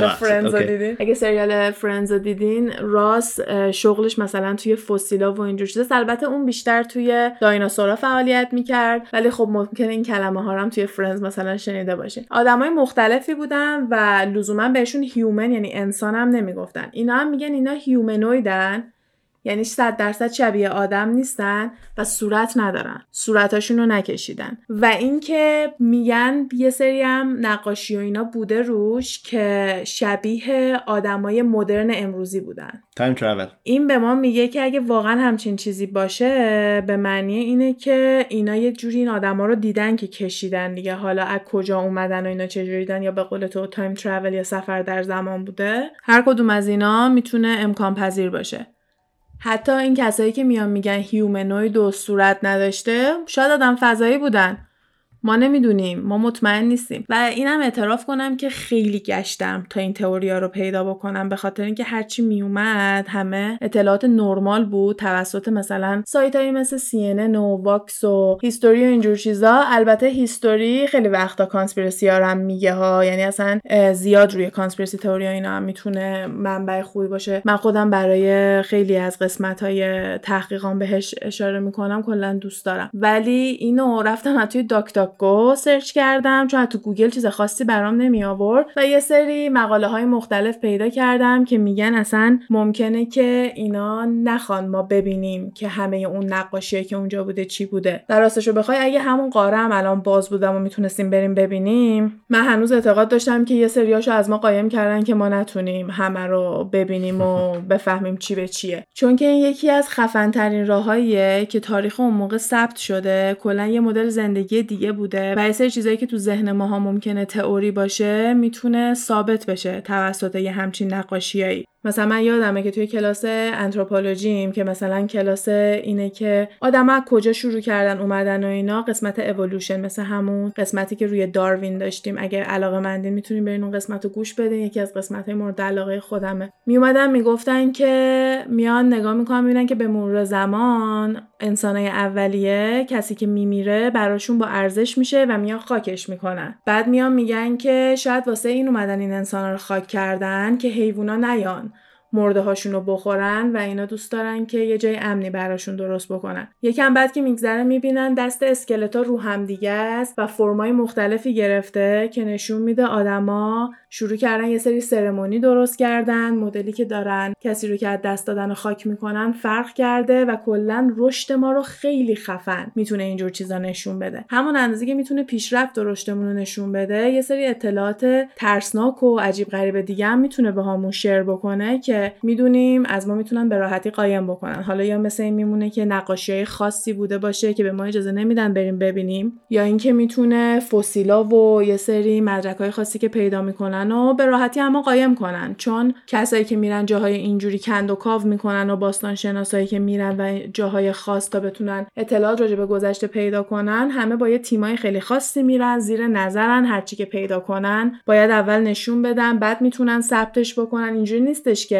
سریال فرندز رو دیدین راس شغلش مثلا توی فسیلا و اینجور چیزا. البته اون بیشتر توی دایناسورها فعالیت میکرد، ولی خب ممکنه این کلمه ها هم توی فرندز مثلا شنیده باشین. آدمای مختلفی بودن و لزوما بهشون هیومن یعنی انسان هم نمیگفتن. اینا هم میگن اینا هیومنویدن، یعنی 100% شبیه آدم نیستن و صورت ندارن، صورتاشون رو نکشیدن. و اینکه میگن یه سری هم نقاشی و اینا بوده روش که شبیه آدمای مدرن امروزی بودن. تایم ترافل. این به ما میگه که اگه واقعا همچین چیزی باشه به معنی اینه که اینا یه جوری این آدما رو دیدن که کشیدن دیگه. حالا از کجا اومدن و اینا چجوری دیدن، یا به قول تو تایم ترافل یا سفر در زمان بوده، هر کدوم از اینا میتونه امکان پذیر باشه. حتی این کسایی که میان میگن هیومنوید و صورت نداشته شاید آدم فضایی بودن، ما نمیدونیم، ما مطمئن نیستیم. و اینم اعتراف کنم که خیلی گشتم تا این تئوریا رو پیدا بکنم، به خاطر اینکه هرچی میومد همه اطلاعات نرمال بود توسط مثلا سایتایی مثل CNN و واکس و هیستوری و اینجور چیزا. البته هیستوری خیلی وقتا کانسپیرسی ها رو هم میگه ها، یعنی اصلا زیاد روی کانسپیرسی تئوریا اینا هم میتونه منبع خوبی باشه. من خودم برای خیلی از قسمت‌های تحقیقام بهش اشاره میکنم، کلا دوست دارم. ولی اینو رفتم توی داکتاک گو سرچ کردم چون تو گوگل چیز خاصی برام نمی آورد و یه سری مقاله های مختلف پیدا کردم که میگن اصلا ممکنه که اینا نخوان ما ببینیم که همه اون نقاشیه که اونجا بوده چی بوده. در راستشو بخوای اگه همون قاره هم الان باز بودم و میتونستیم بریم ببینیم، من هنوز اعتقاد داشتم که یه سریاشو از ما قایم کردن که ما نتونیم همه رو ببینیم و بفهمیم چی به چیه. چون که این یکی از خفن ترین راهاییه که تاریخ اون موقع ثبت شده. کلا یه مدل زندگی دیگه بوده و یه سری چیزایی که تو ذهن ماها ممکنه تئوری باشه میتونه ثابت بشه توسط یه همچین نقاشیایی. مثلا من یادمه که توی کلاس آنتروپولوژیم که مثلا کلاس اینه که آدم‌ها کجا شروع کردن اومدن و اینا، قسمت اِوولوشن مثل همون قسمتی که روی داروین داشتیم، اگه علاقه‌مندین میتونین برین اون قسمتو گوش بدین، یکی از قسمت‌های مورد علاقه خودمه. میومدن میگفتن که میان نگاه میکنن میبینن که به مرور زمان انسانای اولیه کسی که میمیره براشون با ارزش میشه و میان خاکش میکنن. بعد میان میگن که شاید واسه این اومدن این انسانا رو خاک کردن که حیوونا نیان مرده هاشون رو بخورن و اینا دوست دارن که یه جای امنی براشون درست بکنن. یکم بعد که میگذره میبینن دست اسکلتا رو هم دیگه است و فرمای مختلفی گرفته که نشون میده آدما شروع کردن یه سری سرمونی درست کردن، مدلی که دارن کسی رو که از دست دادن و خاک میکنن فرق کرده و کلا رشد ما رو خیلی خفن میتونه اینجور چیزا نشون بده. همون اندازه که میتونه پیشرفت و رشدمون رو نشون بده، یه سری اطلاعات ترسناک و عجیب غریب دیگه هم میتونه باهامون شیر بکنه که میدونیم از ما میتونن به راحتی قایم بکنن. حالا یا مثل این میمونه که نقاشیای خاصی بوده باشه که به ما اجازه نمیدن بریم ببینیم، یا اینکه میتونه فسیلا و یه سری مدرک‌های خاصی که پیدا میکنن و به راحتی اما قایم کنن. چون کسایی که میرن جاهای اینجوری کند و کاو میکنن و باستان شناسایی که میرن و جاهای خاص تا بتونن اطلاعات راجع به گذشته پیدا کنن، همه با یه تیمای خیلی خاصی میرن، زیر نظرن، هرچی که پیدا کنن باید اول نشون بدن، بعد میتونن ثبتش بکنن. اینجوری نیستش که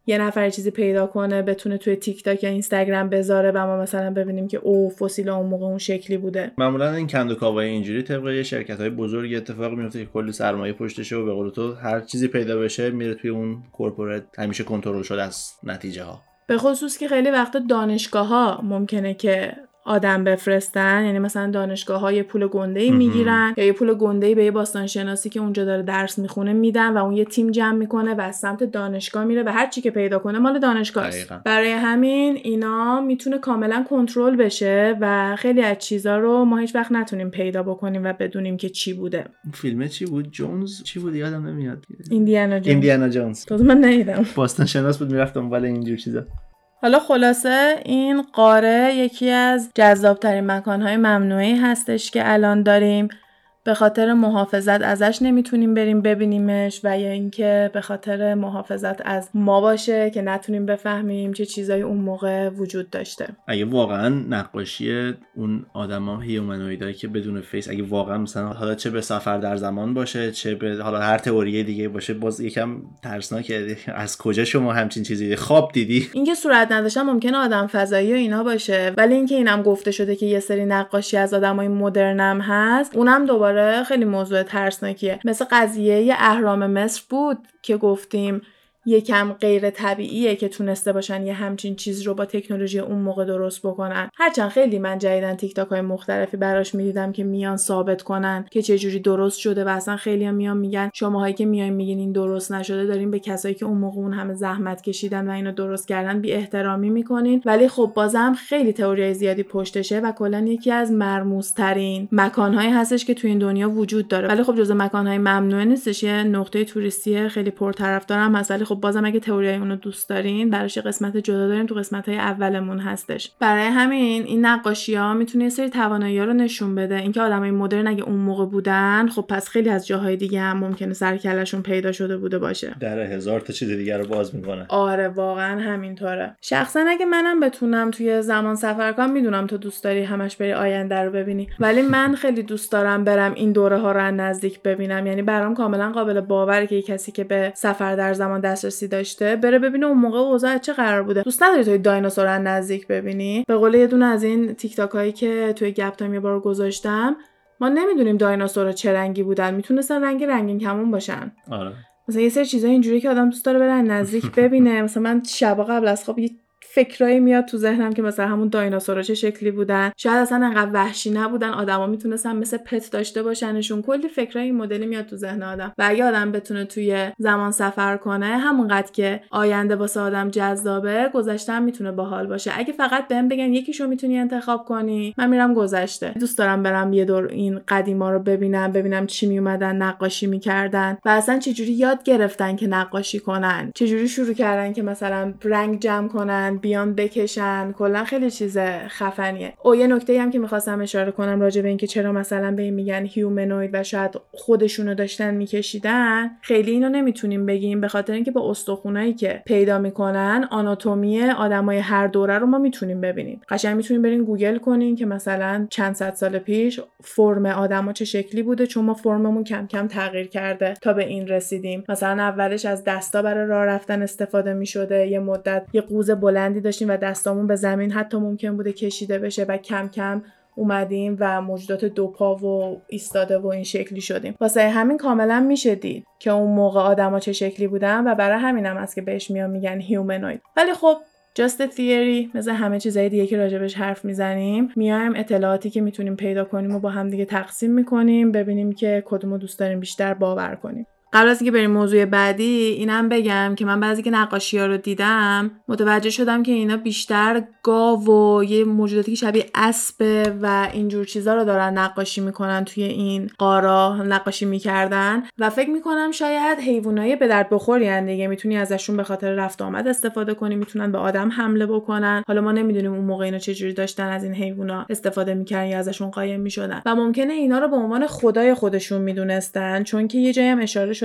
یه نفر چیزی پیدا کنه بتونه توی تیک تاک یا اینستاگرام بذاره و ما مثلا ببینیم که او فسیل اون موقع اون شکلی بوده. معمولا این کندوکاوای اینجوری طبق یه شرکت‌های بزرگ اتفاق میفته که کلی سرمایه پشتشه و به قول تو هر چیزی پیدا بشه میره توی اون کورپوریت، همیشه کنترل شده از نتیجه ها. به خصوص که خیلی وقتا دانشگاه‌ها ممکنه که آدم بفرستن، یعنی مثلا دانشگاه‌ها یه پول گنده‌ای میگیرن یا یه پول گنده‌ای به یه باستانشناسی که اونجا داره درس میخونه میدن و اون یه تیم جمع میکنه و از سمت دانشگاه میره و هر چی که پیدا کنه مال دانشگاه است. برای همین اینا میتونه کاملا کنترل بشه و خیلی از چیزا رو ما هیچ وقت نتونیم پیدا بکنیم و بدونیم که چی بوده. فیلم چی بود؟ جونز چی بود یادم نمیاد. ایندیانا جونز. تو من ندیدم. باستانشناس بود میرفت دنبال اینجور چیزا. حالا خلاصه این قاره یکی از جذابترین مکانهای ممنوعی هستش که الان داریم. به خاطر محافظت ازش نمیتونیم بریم ببینیمش و یا اینکه به خاطر محافظت از ما باشه که نتونیم بفهمیم چه چیزایی اون موقع وجود داشته. اگه واقعا نقاشی اون آدما هیومنویدایی که بدون فیس، اگه واقعا مثلا حالا چه به سفر در زمان باشه چه به حالا هر تئوری دیگه باشه، باز یکم ترسناکه. از کجا شما همچین چیزی خواب دیدی؟ اینکه صورت نداشتن ممکنه آدم فضایی و اینا باشه، ولی اینکه اینم گفته شده که یه سری نقاشی از آدمای مدرنم هست، اونم دوباره خیلی موضوع ترسناکیه. مثل قضیه اهرام مصر بود که گفتیم یکم غیر طبیعیه که تونسته باشن یه همچین چیز رو با تکنولوژی اون موقع درست بکنن. هرچند خیلی من جدیدن تیک تاک های مختلفی براش میدیدم که میان ثابت کنن که چه جوری درست شده و اصلا خیلی‌ها میان میگن شماهایی که میاین میگین این درست نشده دارین به کسایی که اون موقع اون همه زحمت کشیدن و اینو درست کردن بی احترامی میکنین. ولی خب بازم خیلی تئوریای زیادی پشتشه و کلا یکی از مرموزترین مکان‌هایی هستش که تو این دنیا وجود داره. ولی خب جزء مکان‌های ممنوعه نیستش، یه نقطه توریستی خیلی پرطرفدار هم هست. ولی خب بازم اگه تئوریای اونو دوست دارین براش قسمت جدا داریم، تو قسمت‌های اولمون هستش. برای همین این نقاشی‌ها میتونه یه سری توانایی‌ها رو نشون بده. اینکه آدمای مدرن اگه اون موقع بودن، خب پس خیلی از جاهای دیگه هم ممکنه سرکله‌شون پیدا شده بوده باشه. در هزار تا چیز دیگه رو باز میکنه. آره واقعا همینطوره. شخصا اگه منم بتونم توی زمان سفر کنم، میدونم تو دوست داری همش بری آینده رو ببینی، ولی من خیلی دوست دارم برم این دوره‌ها رو از نزدیک ببینم. یعنی برام کاملا قابل باوره که کسی که به سفر در زمان دسترسی داشته بره ببینه اون موقع اوضاع چه قرار بوده. دوست نداری توی دایناسور رو نزدیک ببینی؟ به قول یه دونه از این تیک تاک هایی که توی گپ تایم یه بار گذاشتم، ما نمیدونیم دایناسورها چه رنگی بودن، میتونستن رنگین کمون باشن. آره. مثلا یه سری چیزای اینجوری که آدم دوست داره بره نزدیک ببینه. مثلا من شب قبل از خواب فکرایی میاد تو ذهنم که مثلا همون دایناسورها چه شکلی بودن، شاید اصلا انقدر وحشی نبودن، آدما میتونستن مثل پت داشته باشنشون. کلی فکرای این مدلی میاد تو ذهن آدم. و اگه آدم بتونه توی زمان سفر کنه، همونقدر که آینده واسه آدم جذابه، گذشته هم میتونه باحال باشه. اگه فقط بهم بگن یکیشو میتونی انتخاب کنی، من میرم گذشته. دوست دارم برم یه دور این قدیما رو ببینم چی میومدن نقاشی میکردن و اصلا چه جوری یاد گرفتن که نقاشی کنن، چه جوری شروع کردن که مثلا رنگ جمع کنن، بیان بکشن. کلا خیلی چیز خفنیه. یه نکته هم که می‌خواستم اشاره کنم راجع به این که چرا مثلا به این میگن هیومنوید و شاید خودشونو داشتن میکشیدن، خیلی اینو نمیتونیم بگیم، به خاطر اینکه با استخونایی که پیدا میکنن آناتومی آدمای هر دوره رو ما میتونیم ببینیم. قشنگ میتونیم برین گوگل کنین که مثلا چند صد سال پیش فرم آدما چه شکلی بوده، چون ما فرممون کم کم تغییر کرده تا به این رسیدیم. مثلا اولش از دستا برای راه رفتن استفاده میشده، یه مدت یه قوز بلندی داشتیم و دستامون به زمین حتی ممکن بوده کشیده بشه و کم کم اومدیم و موجودات دو پا و ایستاده و این شکلی شدیم. واسه همین کاملا میشه دید که اون موقع آدما چه شکلی بودن و برای همینم هست که بهش میگن هیومنوید. ولی خب just a theory، مثل همه چیزای دیگه که راجبش حرف میزنیم، میایم اطلاعاتی که میتونیم پیدا کنیم و با هم دیگه تقسیم میکنیم، ببینیم که کدومو دوست داریم بیشتر باور کنیم. قبل از اینکه بریم موضوع بعدی، اینم بگم که من بعضی که نقاشی‌ها رو دیدم متوجه شدم که اینا بیشتر گاو و یه موجوداتی که شبیه اسب و اینجور چیزا رو دارن نقاشی میکنن توی این قارا نقاشی میکردن و فکر میکنم شاید حیوانای به درد بخوری دیگه، میتونی ازشون به خاطر رفت آمد استفاده کنی، میتونن به آدم حمله بکنن. حالا ما نمیدونیم اون موقع اینا چه جوری داشتن از این حیونا استفاده میکردن یا ازشون قایم میشدن و ممکنه اینا رو به عنوان خدای خودشون میدونستن، چون که یه جایی هم اشاره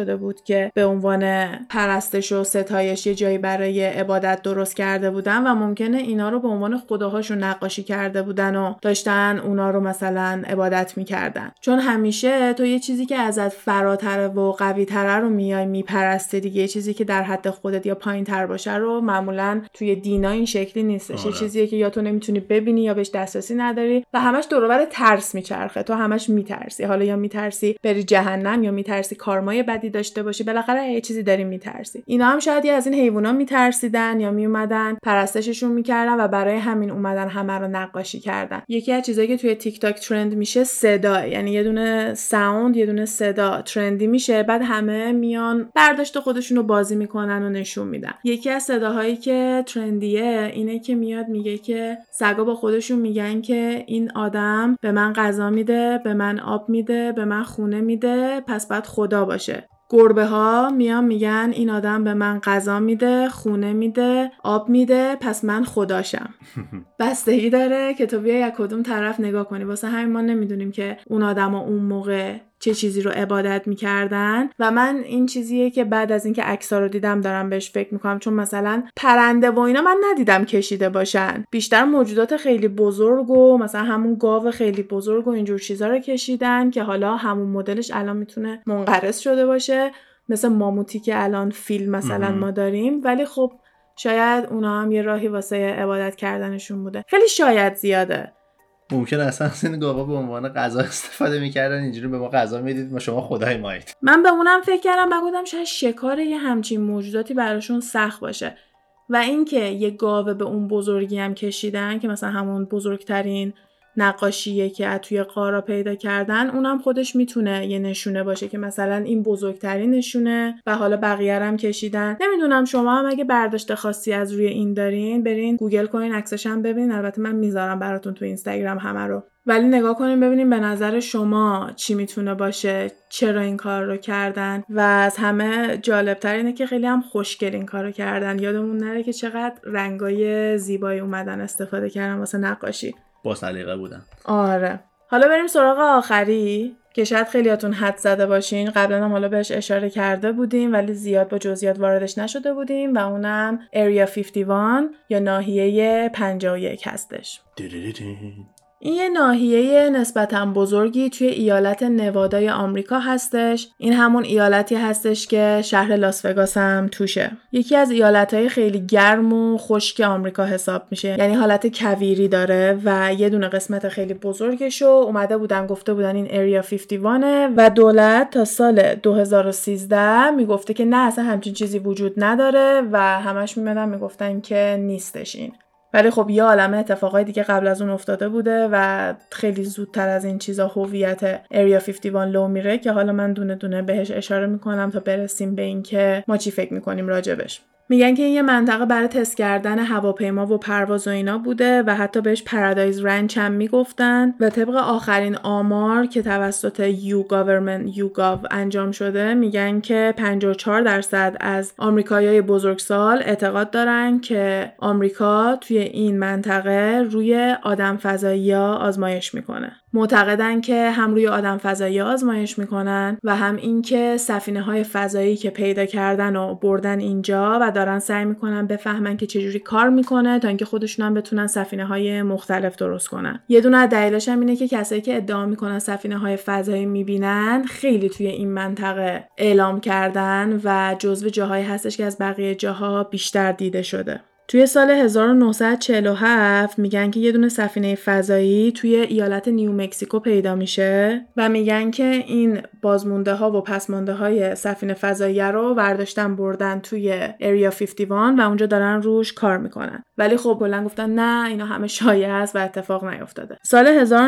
نشده بود که به عنوان پرستش و ستایش یه جایی برای عبادت درست کرده بودن و ممکنه اینا رو به عنوان خداهاشون نقاشی کرده بودن و داشتن اونا رو مثلا عبادت میکردن. چون همیشه تو یه چیزی که ازت فراتره و قوی‌تره رو میای میپرستی دیگه، یه چیزی که در حد خودت یا پایین‌تر باشه رو معمولاً توی دینا این شکلی نیستش. یه چیزیه که یا تو نمیتونی ببینی یا بهش دسترسی نداری و همش دور و بر ترس میچرخه. تو همش میترسی، حالا یا میترسی بری جهنم یا میترسی کارمای بدی داشته باشی، بالاخره یه چیزی داری میترسی. اینا هم شاید از این حیونا میترسیدن یا میومدن پرستششون میکردن و برای همین اومدن همه رو نقاشی کردن. یکی از چیزایی که توی تیک تاک ترند میشه صدا، یعنی یه دونه ساوند یه دونه صدا ترندی میشه، بعد همه میان برداشت خودشون رو بازی میکنن و نشون میدن. یکی از صداهایی که ترندیه اینه که میاد میگه که سگا با خودشون میگن که این آدم به من غذا میده، به من آب میده، به من خونه میده، پس باید خدا باشه. گربه ها میان میگن این آدم به من غذا میده، خونه میده، آب میده، پس من خداشم. بستگی داره که تو بیای از کدوم طرف نگاه کنی. واسه همین ما نمیدونیم که اون آدما اون موقع چه چیزی رو عبادت میکردن و من این چیزیه که بعد از اینکه عکس‌ها رو دیدم دارم بهش فکر میکنم، چون مثلا پرنده و اینا من ندیدم کشیده باشن، بیشتر موجودات خیلی بزرگ و مثلا همون گاو خیلی بزرگ و اینجور چیزا رو کشیدن که حالا همون مدلش الان میتونه منقرض شده باشه، مثل ماموتی که الان فیلم مثلا ما داریم، ولی خب شاید اونا هم یه راهی واسه عبادت کردنشون بوده. خیلی شاید زیاده. ممکنه اصلا این گاوا به عنوان غذا استفاده میکردن، اینجوری به ما غذا میدید ما شما خدای مایید. من به اونم فکر کردم، من گفتم شاید شکار یه همچین موجوداتی براشون سخت باشه و اینکه یه گاو به اون بزرگی هم کشیدن که مثلا همون بزرگترین نقاشیه که از توی غارا پیدا کردن، اونم خودش میتونه یه نشونه باشه که مثلا این بزرگترین نشونه و حالا بقیه هم کشیدن. نمیدونم، شما هم اگه برداشت خاصی از روی این دارین برین گوگل کنین، عکسش هم ببینین. البته من میذارم براتون تو اینستاگرام همه رو، ولی نگاه کنین ببینین به نظر شما چی میتونه باشه، چرا این کار رو کردن. و از همه جالبتر اینه که خیلی هم خوشگل این کار رو کردن. یادمون نره که چقدر رنگای زیبایی اومدن استفاده کردن واسه نقاشی، با سلیقه بودن. آره. حالا بریم سراغ آخری که شاید خیلیاتون حد زده باشین، قبلا هم حالا بهش اشاره کرده بودیم ولی زیاد با جزئیات واردش نشده بودیم و اونم Area 51 یا ناحیه 51 هستش. این یه ناحیه نسبتاً بزرگی توی ایالت نوادای آمریکا هستش. این همون ایالتی هستش که شهر لاس وگاس هم توشه. یکی از ایالت‌های خیلی گرم و خشک آمریکا حساب میشه. یعنی حالت کویری داره و یه دونه قسمت خیلی بزرگشو اومده بودن گفته بودن این Area 51 و دولت تا سال 2013 میگفته که نه اصلا همچین چیزی وجود نداره و همش میمدن میگفتن که نیستش این. ولی خب یه عالمه اتفاقای دیگه قبل از اون افتاده بوده و خیلی زودتر از این چیزا هویت Area 51 لو میره که حالا من دونه دونه بهش اشاره میکنم تا برسیم به این که ما چی فکر میکنیم راجبش. میگن که این یه منطقه برای تست کردن هواپیما و پرواز و اینا بوده و حتی بهش پارادایز رنچ هم میگفتن و طبق آخرین آمار که توسط YouGov انجام شده میگن که 54% از آمریکایی‌های بزرگسال اعتقاد دارن که آمریکا توی این منطقه روی آدم فضایی‌ها آزمایش میکنه. معتقدن که هم روی آدم فضایی آزمایش میکنن و هم این که سفینه‌های فضایی که پیدا کردن و بردن اینجا و دارن سعی میکنن بفهمن که چجوری کار میکنه تا اینکه خودشون هم بتونن سفینه‌های مختلف درست کنن. یه دونه از دلایلش هم اینه که کسایی که ادعا میکنن سفینه‌های فضایی میبینن خیلی توی این منطقه اعلام کردن و جزو جاهایی هستش که از بقیه جاها بیشتر دیده شده. توی سال 1947 میگن که یه دونه سفینه فضایی توی ایالت نیو مکزیکو پیدا میشه و میگن که این بازمونده ها و پسمانده های سفینه فضایی رو برداشتن بردن توی Area 51 و اونجا دارن روش کار میکنن. ولی خب کلا گفتن نه اینا همه شایعه است و اتفاق نیفتاده. سال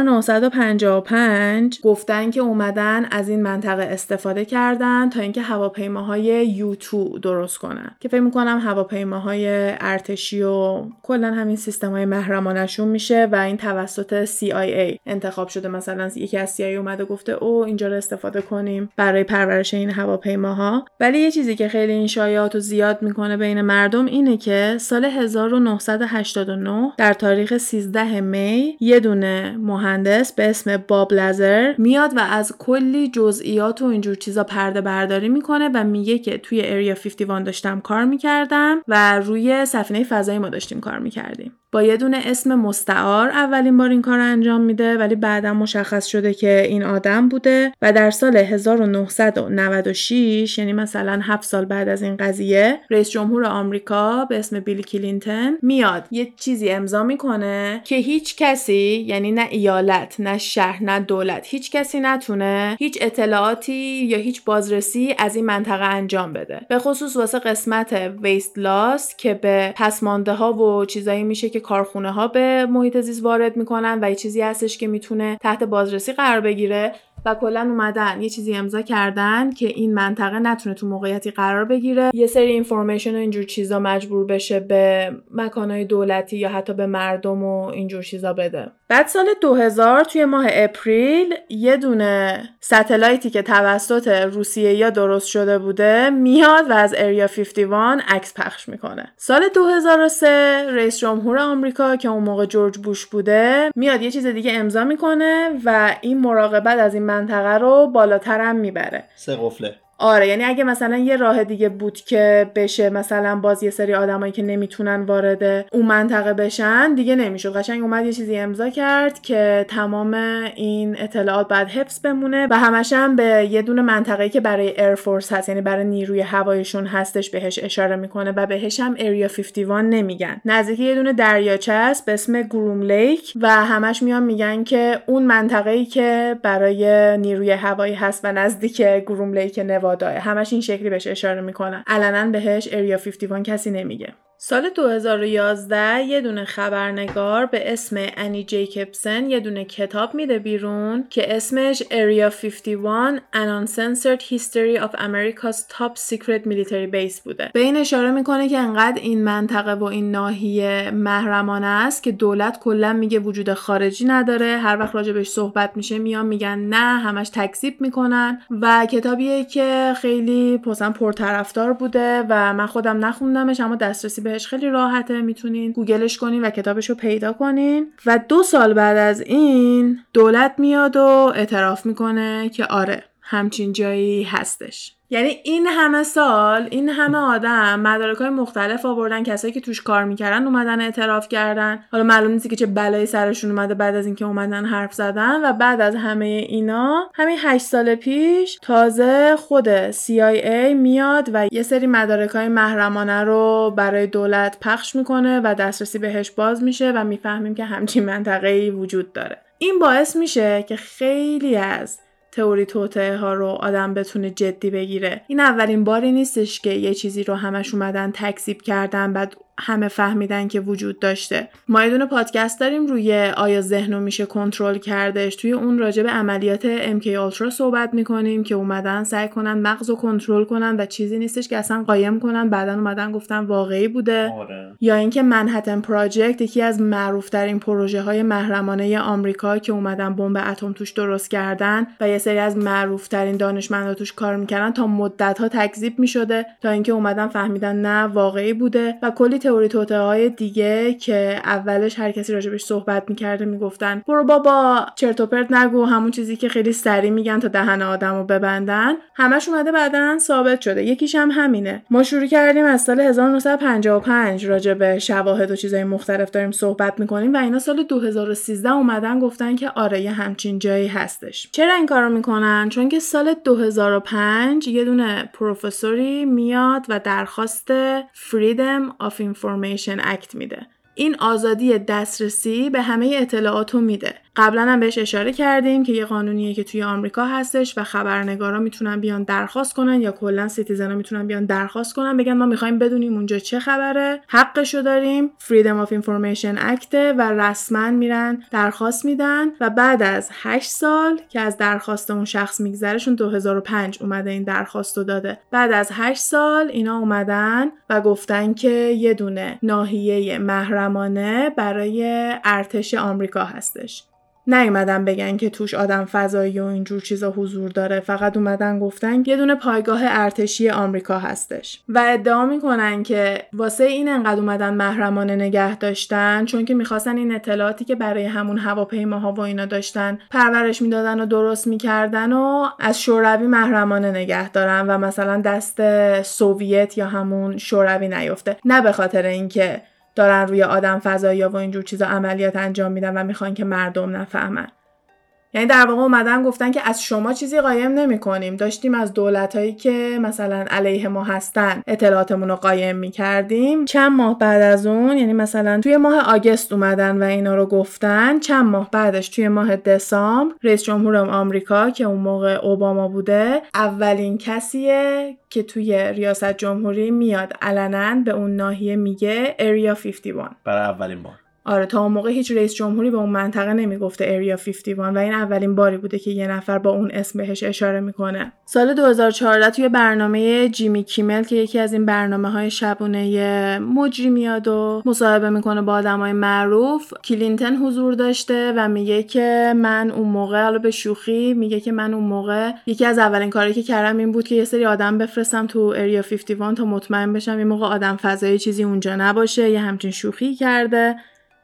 1955 گفتن که اومدن از این منطقه استفاده کردن تا اینکه هواپیماهای U2 درست کنن که فکر میکنم هواپیماهای ارتش ارتشی و کلا همین سیستم‌های محرمانه‌شون میشه و این توسط CIA انتخاب شده. مثلا یکی از CIA اومده گفته او اینجا رو استفاده کنیم برای پرورش این هواپیماها. ولی یه چیزی که خیلی این شایعاتو زیاد میکنه بین مردم اینه که سال 1989 در تاریخ 13 می یه دونه مهندس به اسم باب لازر میاد و از کلی جزئیات و اینجور چیزا پرده برداری میکنه و میگه که توی اریا 51 داشتم کار میکردم و روی سفینه فضایی ما داشتیم کار میکردیم. با یه دونه اسم مستعار اولین بار این کار رو انجام میده، ولی بعدا مشخص شده که این آدم بوده و در سال 1996 یعنی مثلا 7 سال بعد از این قضیه رئیس جمهور آمریکا به اسم بیل کلینتون میاد یه چیزی امضا میکنه که هیچ کسی، یعنی نه ایالت نه شهر نه دولت، هیچ کسی نتونه هیچ اطلاعاتی یا هیچ بازرسی از این منطقه انجام بده، به خصوص واسه قسمت ویست لاس که به پسمانده ها و چیزایی میشه که کارخونه ها به محیط زیست وارد میکنن و یه چیزی هستش که میتونه تحت بازرسی قرار بگیره و کلا اومدن یه چیزی امضا کردن که این منطقه نتونه تو موقعیتی قرار بگیره، یه سری اینفورمیشن و اینجور چیزا مجبور بشه به مکانهای دولتی یا حتی به مردم و اینجور چیزا بده. بعد سال 2000 توی ماه اپریل یه دونه ستلایتی که توسط روسیه یا درست شده بوده میاد و از اریا 51 عکس پخش میکنه. سال 2003 رئیس جمهور آمریکا که اون موقع جورج بوش بوده میاد یه چیز دیگه امضا میکنه و این مراقبت از این منطقه رو بالاتر هم میبره. 3 قفله. آره، یعنی اگه مثلا یه راه دیگه بود که بشه مثلا باز یه سری آدمایی که نمیتونن وارد اون منطقه بشن دیگه نمیشد، قشنگ اومد یه چیزی امضا کرد که تمام این اطلاعات باید حفظ بمونه و همش هم به یه دونه منطقه‌ای که برای ایرفورس هست، یعنی برای نیروی هواییشون هستش بهش اشاره میکنه و بهش هم اریا 51 نمیگن. نزدیک یه دونه دریاچه است به اسم گروم لیک و همش میان میگن که اون منطقه‌ای که برای نیروی هوایی هست و نزدیک گروم لیک همش این شکلی بهش اشاره میکنن، علنا بهش اریا 51 کسی نمیگه. سال 2011 یه دونه خبرنگار به اسم انی جیکبسن یه دونه کتاب میده بیرون که اسمش Area 51 An Uncensored History of America's Top Secret Military Base بوده. به این اشاره میکنه که انقدر این منطقه و این ناحیه محرمانه است که دولت کلا میگه وجود خارجی نداره، هر وقت راجع بهش صحبت میشه میان میگن نه، همش تکذیب میکنن و کتابیه که خیلی پرطرفدار بوده و من خودم نخوندمش اما دسترسی بهش خیلی راحته، میتونین گوگلش کنین و کتابشو پیدا کنین. و 2 سال بعد از این دولت میاد و اعتراف میکنه که آره همچین جایی هستش. یعنی این همه سال این همه آدم مدارک‌های مختلف آوردن، کسایی که توش کار میکردن اومدن اعتراف کردن، حالا معلوم نیست که چه بلایی سرشون اومده بعد از اینکه اومدن حرف زدن. و بعد از همه اینا همین 8 سال پیش تازه خود CIA میاد و یه سری مدارک‌های محرمانه رو برای دولت پخش میکنه و دسترسی بهش باز میشه و میفهمیم که همچین منطقه‌ای وجود داره. این باعث میشه که خیلی از تئوری توطئه ها رو آدم بتونه جدی بگیره. این اولین باری نیستش که یه چیزی رو همش اومدن تکذیب کردن بعد همه فهمیدن که وجود داشته. ما یه دونه پادکست داریم روی آیا ذهنو میشه کنترل کردش، توی اون راجع به عملیات MK Ultra صحبت میکنیم که اومدن سعی کنن مغزو کنترل کنن و چیزی نیستش که اصلا قایم کنن، بعدن اومدن گفتن واقعی بوده. یا اینکه منهتن پراجکت یکی از معروف ترین پروژه های محرمانه آمریکا که اومدن بمب اتم توش درست کردن و یه سری از معروف ترین دانشمندا توش کار میکردن تا مدت ها تکذیب میشده تا اینکه اومدن فهمیدن نه واقعی بوده. و کلی تئوری توطئه های دیگه که اولش هر کسی راجبش صحبت میکرده میگفتن برو بابا چرت و پرت نگو، همون چیزی که خیلی سریع میگن تا دهن آدمو ببندن، همش اومده بعدن ثابت شده. یکیش هم همینه. ما شروع کردیم از سال 1955 راجب شواهد و چیزای مختلف داریم صحبت میکنیم و اینا سال 2013 اومدن گفتن که آره یه همچین جایی هستش. چرا این کارو میکنن؟ چون که سال 2005 یه دونه پروفسوری میاد و درخواست Freedom of Information Act میده. این آزادی دسترسی به همه اطلاعاتو میده. قبلا هم بهش اشاره کردیم که یه قانونیه که توی آمریکا هستش و خبرنگارا میتونن بیان درخواست کنن یا کلا سیتیزنا میتونن بیان درخواست کنن بگن ما میخوایم بدونیم اونجا چه خبره، حقشو داریم، Freedom of Information Act و رسما میرن درخواست میدن و بعد از 8 سال که از درخواست اون شخص میگذره، چون 2005 اومده این درخواستو داده، بعد از 8 سال اینا اومدن و گفتن که یه دونه ناحیه محرمانه برای ارتش آمریکا هستش. نیومدن بگن که توش آدم فضایی و اینجور چیزا حضور داره، فقط اومدن گفتن یه دونه پایگاه ارتشی آمریکا هستش و ادعا میکنن که واسه این انقدر اومدن محرمانه نگه داشتن چون که میخواستن این اطلاعاتی که برای همون هواپیماها و اینا داشتن پرورش میدادن و درست میکردن و از شوروی محرمانه نگه دارن و مثلا دست سوویت یا همون شوروی نیفته، نه به خاطر اینکه دارن روی آدم فضایی و اینجور چیزا عملیات انجام میدن و میخوان که مردم نفهمن. یعنی در واقع اومدن گفتن که از شما چیزی قایم نمی کنیم، داشتیم از دولتایی که مثلا علیه ما هستن اطلاعاتمون رو قایم می کردیم. چند ماه بعد از اون، یعنی مثلا توی ماه آگوست اومدن و اینا رو گفتن، چند ماه بعدش توی ماه دسامبر رئیس جمهور آمریکا که اون موقع اوباما بوده اولین کسیه که توی ریاست جمهوری میاد علنا به اون ناحیه میگه Area 51 برای اولین بار. آره، تا اون موقع هیچ رئیس جمهوری به اون منطقه نمیگفته Area 51 و این اولین باری بوده که یه نفر با اون اسم بهش اشاره میکنه. سال 2014 توی برنامه جیمی کیمل که یکی از این برنامه‌های شبونه مجری میاد و مصاحبه میکنه با آدمای معروف، کلینتون حضور داشته و میگه که من اون موقع، حالا به شوخی میگه که من اون موقع یکی از اولین کاری که کردم این بود که یه سری آدم بفرستم تو Area 51 تا مطمئن بشم این موقع آدم فضایی چیزی اونجا نباشه. یه همچین شوخی کرده.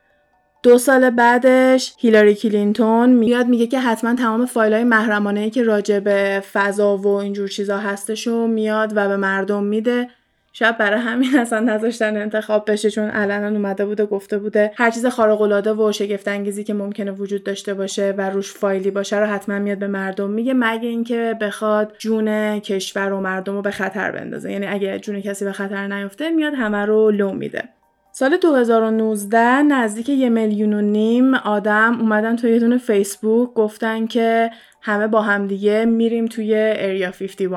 2 سال بعدش هیلاری کلینتون میاد میگه که حتما تمام فایل‌های محرمانه‌ای که راجع به فضا و اینجور چیزا هستشو میاد و به مردم میده. شاید برای همین اصلا نذاشتن انتخاب بشه، چون علنا اومده بوده گفته بوده هر چیز خارق‌العاده و شگفت انگیزی که ممکنه وجود داشته باشه و روش فایلی باشه رو حتما میاد به مردم میگه، مگه اینکه بخواد جون کشور و مردم رو به خطر بندازه. یعنی اگه جون کسی به خطر نیفته میاد همه رو لو میده. سال 2019 نزدیک 1.5 میلیون آدم اومدن توی یه دونه فیسبوک گفتن که همه با همدیگه میریم توی Area 51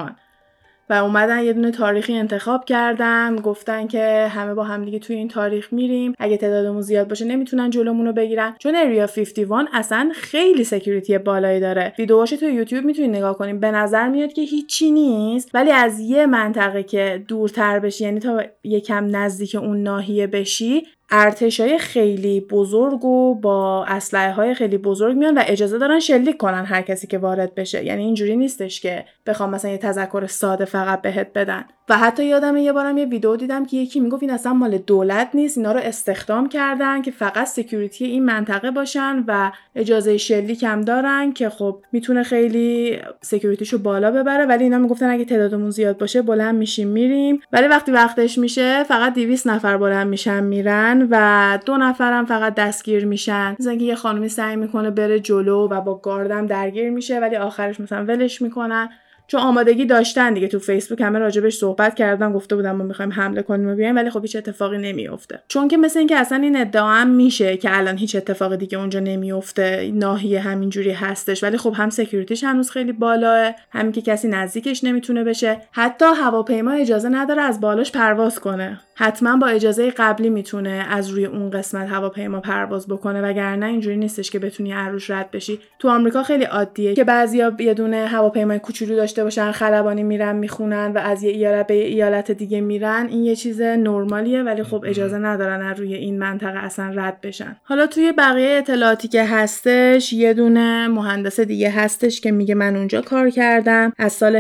و اومدن یه دونه تاریخی انتخاب کردن، گفتن که همه با همدیگه توی این تاریخ میریم، اگه تعدادمون زیاد باشه نمیتونن جلومون رو بگیرن، چون Area 51 اصلا خیلی سکیوریتی بالایی داره. ویدیوهاشو توی یوتیوب میتونید نگاه کنین، به نظر میاد که هیچی نیست، ولی از یه منطقه که دورتر بشی، یعنی تا یکم نزدیک اون ناحیه بشی، ارتشای خیلی بزرگ و با اسلحه‌های خیلی بزرگ میان و اجازه دارن شلیک کنن هر کسی که وارد بشه. یعنی اینجوری نیستش که بخوام مثلا یه تذکر ساده فقط بهت بدن. و حتی یادم یه بارم یه ویدیو دیدم که یکی میگفت این اصلا مال دولت نیست، اینا رو استخدام کردن که فقط سکیوریتی این منطقه باشن و اجازه شلیک هم دارن که خب میتونه خیلی سکیوریتیشو بالا ببره، ولی اینا میگفتن اگه تعدادمون زیاد باشه بلند میشیم میریم. ولی وقتی وقتش میشه فقط 200 نفر بلند میشن میرن و 2 نفرم فقط دستگیر میشن. مثلا که یه خانمی سعی میکنه بره جلو و با گاردم درگیر میشه، ولی آخرش مثلا ولش میکنن، چون آمادگی داشتن دیگه. تو فیسبوک همه راجبش صحبت کردن، گفته بودن ما میخوایم حمله کنیم و بیایم، ولی خب هیچ اتفاقی نمیفته. چون که مثل اینکه اصلا این ادعا هم میشه که الان هیچ اتفاقی دیگه اونجا نمیفته، ناحیه همینجوری هستش، ولی خب هم سکیوریتیش هنوز خیلی بالاه، همین که کسی نزدیکش نمیتونه بشه. حتی هواپیما اجازه نداره از بالاش پرواز کنه، حتما با اجازه قبلی میتونه از روی اون قسمت هواپیما پرواز بکنه، وگرنه اینجوری نیستش که بتونی عروش رد بشی. تو آمریکا خیلی عادیه که بعضیا یه دونه هواپیمای کوچولو داشته باشن، خلبانی میرن میخونن و از یه ایالت به ایالت دیگه میرن، این یه چیز نرمالیه، ولی خب اجازه ندارن از روی این منطقه اصلا رد بشن. حالا توی بقیه اطلاعاتی که هستش، یه دونه مهندس دیگه هستش که میگه من اونجا کار کردم از سال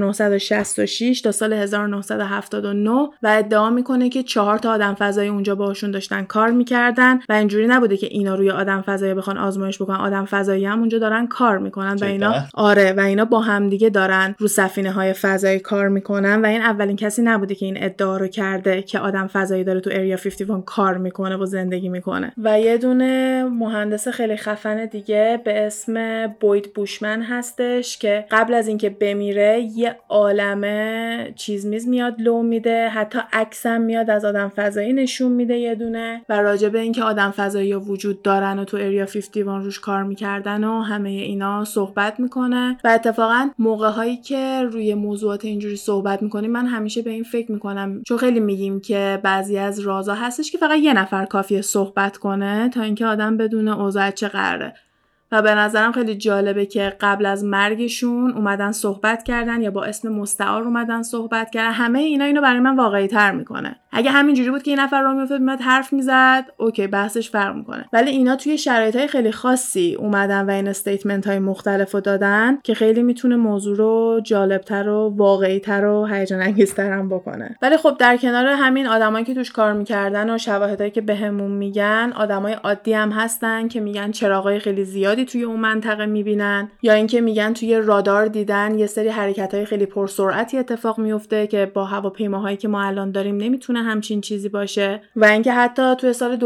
1966 تا سال 1979 و ادعا میکنه که 4 تا آدم فضایی اونجا باهاشون داشتن کار میکردن و اینجوری نبوده که اینا روی آدم فضایی بخوان آزمایش بکنن، آدم فضایی هم اونجا دارن کار میکنن و اینا آره و اینا با هم دیگه دارن رو سفینه‌های فضایی کار میکنن و این اولین کسی نبوده که این ادعا رو کرده که آدم فضایی داره تو اریا 51 کار میکنه و زندگی میکنه. و یه دونه مهندس خیلی خفن دیگه به اسم بوید بوشمن هستش که قبل از اینکه بمیره یه عالمه چیز میز میاد لو میده، حتی عکسم میاد از آدم فضایی نشون میده یه دونه و راجع به اینکه آدم فضایی ها وجود دارن و تو اریا 51 روش کار میکردن و همه اینا صحبت میکنه. و اتفاقا موقع هایی که روی موضوعات اینجوری صحبت میکنیم من همیشه به این فکر میکنم، چون خیلی میگیم که بعضی از رازا هستش که فقط یه نفر کافیه صحبت کنه تا اینکه آدم بدونه اوضاع چه قراره. و به نظرم خیلی جالبه که قبل از مرگشون اومدن صحبت کردن یا با اسم مستعار اومدن صحبت کردن. همه اینو برای من واقعی تر میکنه. اگه همینجوری بود که این نفر راه میافتاد میاد حرف میزد، اوکی بحثش فرق میکنه، ولی اینا توی شرایطهای خیلی خاصی اومدن و این استیتمنت های مختلفو دادن که خیلی میتونه موضوع رو جالبتر و واقعی‌تر و هیجان انگیزتر هم بکنه. ولی خب در کنار همین آدمایی که توش کار میکردن و شواهدایی که بهمون میگن، آدمای عادی هم هستن که میگن چراغای خیلی زیادی توی اون منطقه میبینن، یا اینکه میگن توی رادار دیدن یه سری حرکت‌های خیلی پرسرعتی اتفاق میفته که با هواپیماهایی که ما الان داریم نمیتونه همچین چیزی باشه. و اینکه حتی توی سال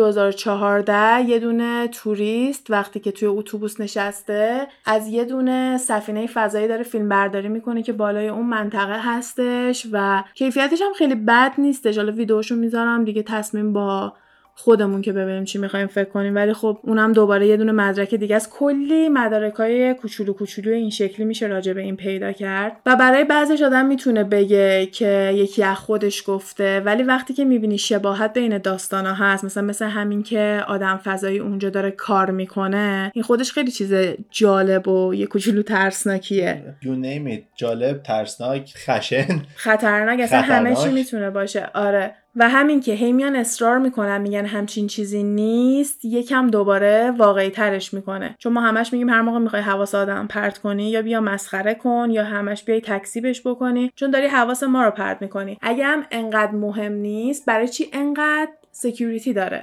2014 یه دونه توریست وقتی که توی اتوبوس نشسته از یه دونه سفینه فضایی داره فیلم برداری میکنه که بالای اون منطقه هستش و کیفیتش هم خیلی بد نیستش. حالا ویدیوشو میذارم دیگه، تصمیم با خودمون که ببینیم چی میخوایم فکر کنیم، ولی خب اونم دوباره یه دونه مدرک دیگه از کلی مدارکای کوچولو کوچولو این شکلی میشه راجع به این پیدا کرد. و برای بعضیش آدم میتونه بگه که یکی از خودش گفته، ولی وقتی که میبینی شباهت بین داستانا هست، مثلا همین که آدم فضایی اونجا داره کار میکنه، این خودش خیلی چیز جالب و یه کوچولو ترسناکیه. you name it. جالب، ترسناک، خشن، خطرناک، اصلا همه چی میتونه باشه. آره. و همین که هی میان اصرار میکنن میگن همچین چیزی نیست، یکم دوباره واقعی ترش میکنه. چون ما همش میگیم هر موقع میخوای حواس آدم پرت کنی یا بیا مسخره کن یا همش بیای تکذیبش بکنی، چون داری حواس ما رو پرت میکنی. اگه هم انقدر مهم نیست، برای چی انقدر سکیوریتی داره؟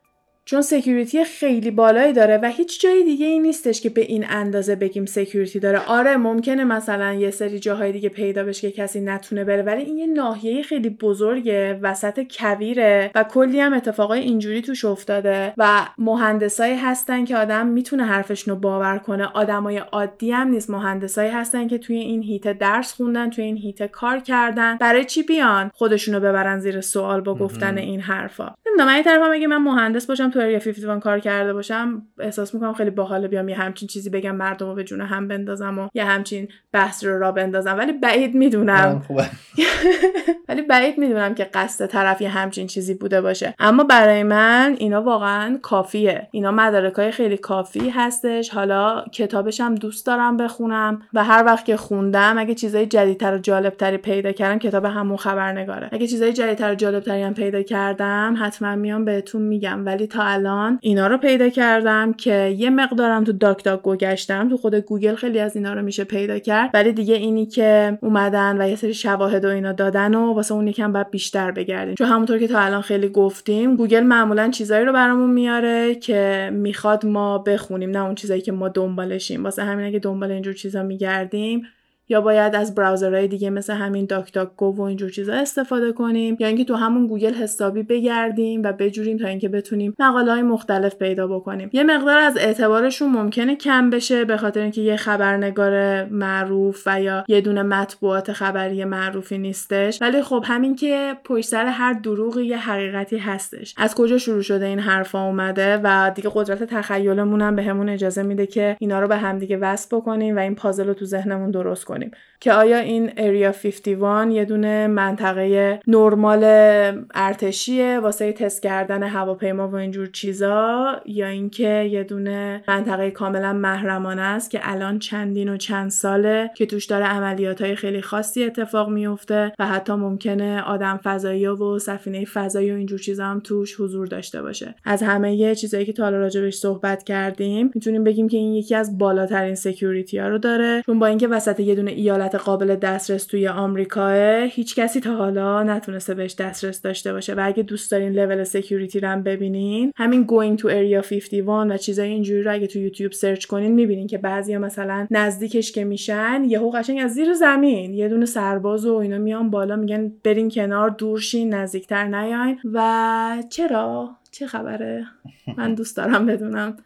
چون سکیوریتی خیلی بالایی داره و هیچ جای دیگه ای نیستش که به این اندازه بگیم سکیوریتی داره. آره ممکنه مثلا یه سری جاهای دیگه پیدا بشه که کسی نتونه بره، ولی این یه ناحیه خیلی بزرگه، وسط کویره و کلی هم اتفاقای اینجوری توش افتاده و مهندسایی هستن که آدم میتونه حرفشونو باور کنه. آدمای عادی هم نیست، مهندسایی هستن که توی این هیته درس خوندن، توی این هیته کار کردن. برای چی بیان خودشونو ببرن زیر سوال با گفتن این حرفا؟ نمیدونم، من این طرفم اگه من مهندس باشم تو اریا 51 کار کرده باشم، احساس میکنم خیلی باحال بیام یه همچین چیزی بگم، مردمو به جون هم بندازم و یه همچین بحث رو را بندازم. ولی بعید میدونم که قصد طرف یه همچین چیزی بوده باشه. اما برای من اینا واقعا کافیه. اینا مدارکای خیلی کافی هستش. حالا کتابش هم دوست دارم بخونم و هر وقت که خوندم اگه چیزای جدیدتر و جالبتری پیدا کردم، کتاب همون خبرنگاره، اگه چیزای جدیدتر و جالبتری هم پیدا کردم حتما میام بهتون میگم. ولی تا الان اینا رو پیدا کردم که یه مقدارم تو داک داک گو گشتم، تو خود گوگل خیلی از اینا رو میشه پیدا کرد، ولی دیگه اینی که اومدن و یه سری شواهد و اینا دادن و واسه اون یکم بعد بیشتر بگردیم. چون همونطور که تا الان خیلی گفتیم، گوگل معمولا چیزایی رو برامون میاره که میخواد ما بخونیم، نه اون چیزایی که ما دنبالشیم. واسه همین اگه دنبال اینجور چیزا میگردیم یا باید از براوزرهای دیگه مثل همین داک داک گو و اینجور چیزا استفاده کنیم، یا اینکه تو همون گوگل حسابی بگردیم و بجوریم تا اینکه بتونیم مقاله‌های مختلف پیدا بکنیم. یه مقدار از اعتبارشون ممکنه کم بشه به خاطر اینکه یه خبرنگار معروف و یا یه دونه مطبوعات خبری معروفی نیستش، ولی خب همین که پشت سر هر دروغی یه حقیقتی هستش. از کجا شروع شده این حرفا اومده و دیگه قدرت تخیلمون هم بهمون اجازه میده که اینا رو به هم دیگه وصل بکنیم و این پازل رو تو ذهنمون درست کنیم که آیا این اریا 51 یه دونه منطقه نرمال ارتشیه واسه تست کردن هواپیما و اینجور چیزا، یا اینکه یه دونه منطقه کاملا محرمانه است که الان چندین و چند ساله که توش داره عملیاتای خیلی خاصی اتفاق میفته و حتی ممکنه آدم فضایی و سفینه فضایی و اینجور چیزا هم توش حضور داشته باشه. از همه چیزایی که تا حالا راجعش صحبت کردیم میتونیم بگیم که این یکی از بالاترین سکیوریتی ها رو داره، چون با اینکه وسط یه بدون ایالت قابل دسترس توی آمریکا، هیچ کسی تا حالا نتونسته بهش دسترس داشته باشه. و اگه دوست دارین لول سکیوریتی رو هم ببینین، همین Going to Area 51 و چیزای اینجوری رو اگه تو یوتیوب سرچ کنین میبینین که بعضیا مثلا نزدیکش که میشن یهو قشنگ از زیر زمین یه دونه سرباز و اینا میان بالا میگن برین کنار، دور شین، نزدیکتر نیاین. و چه خبره؟ من دوست دارم بدونم.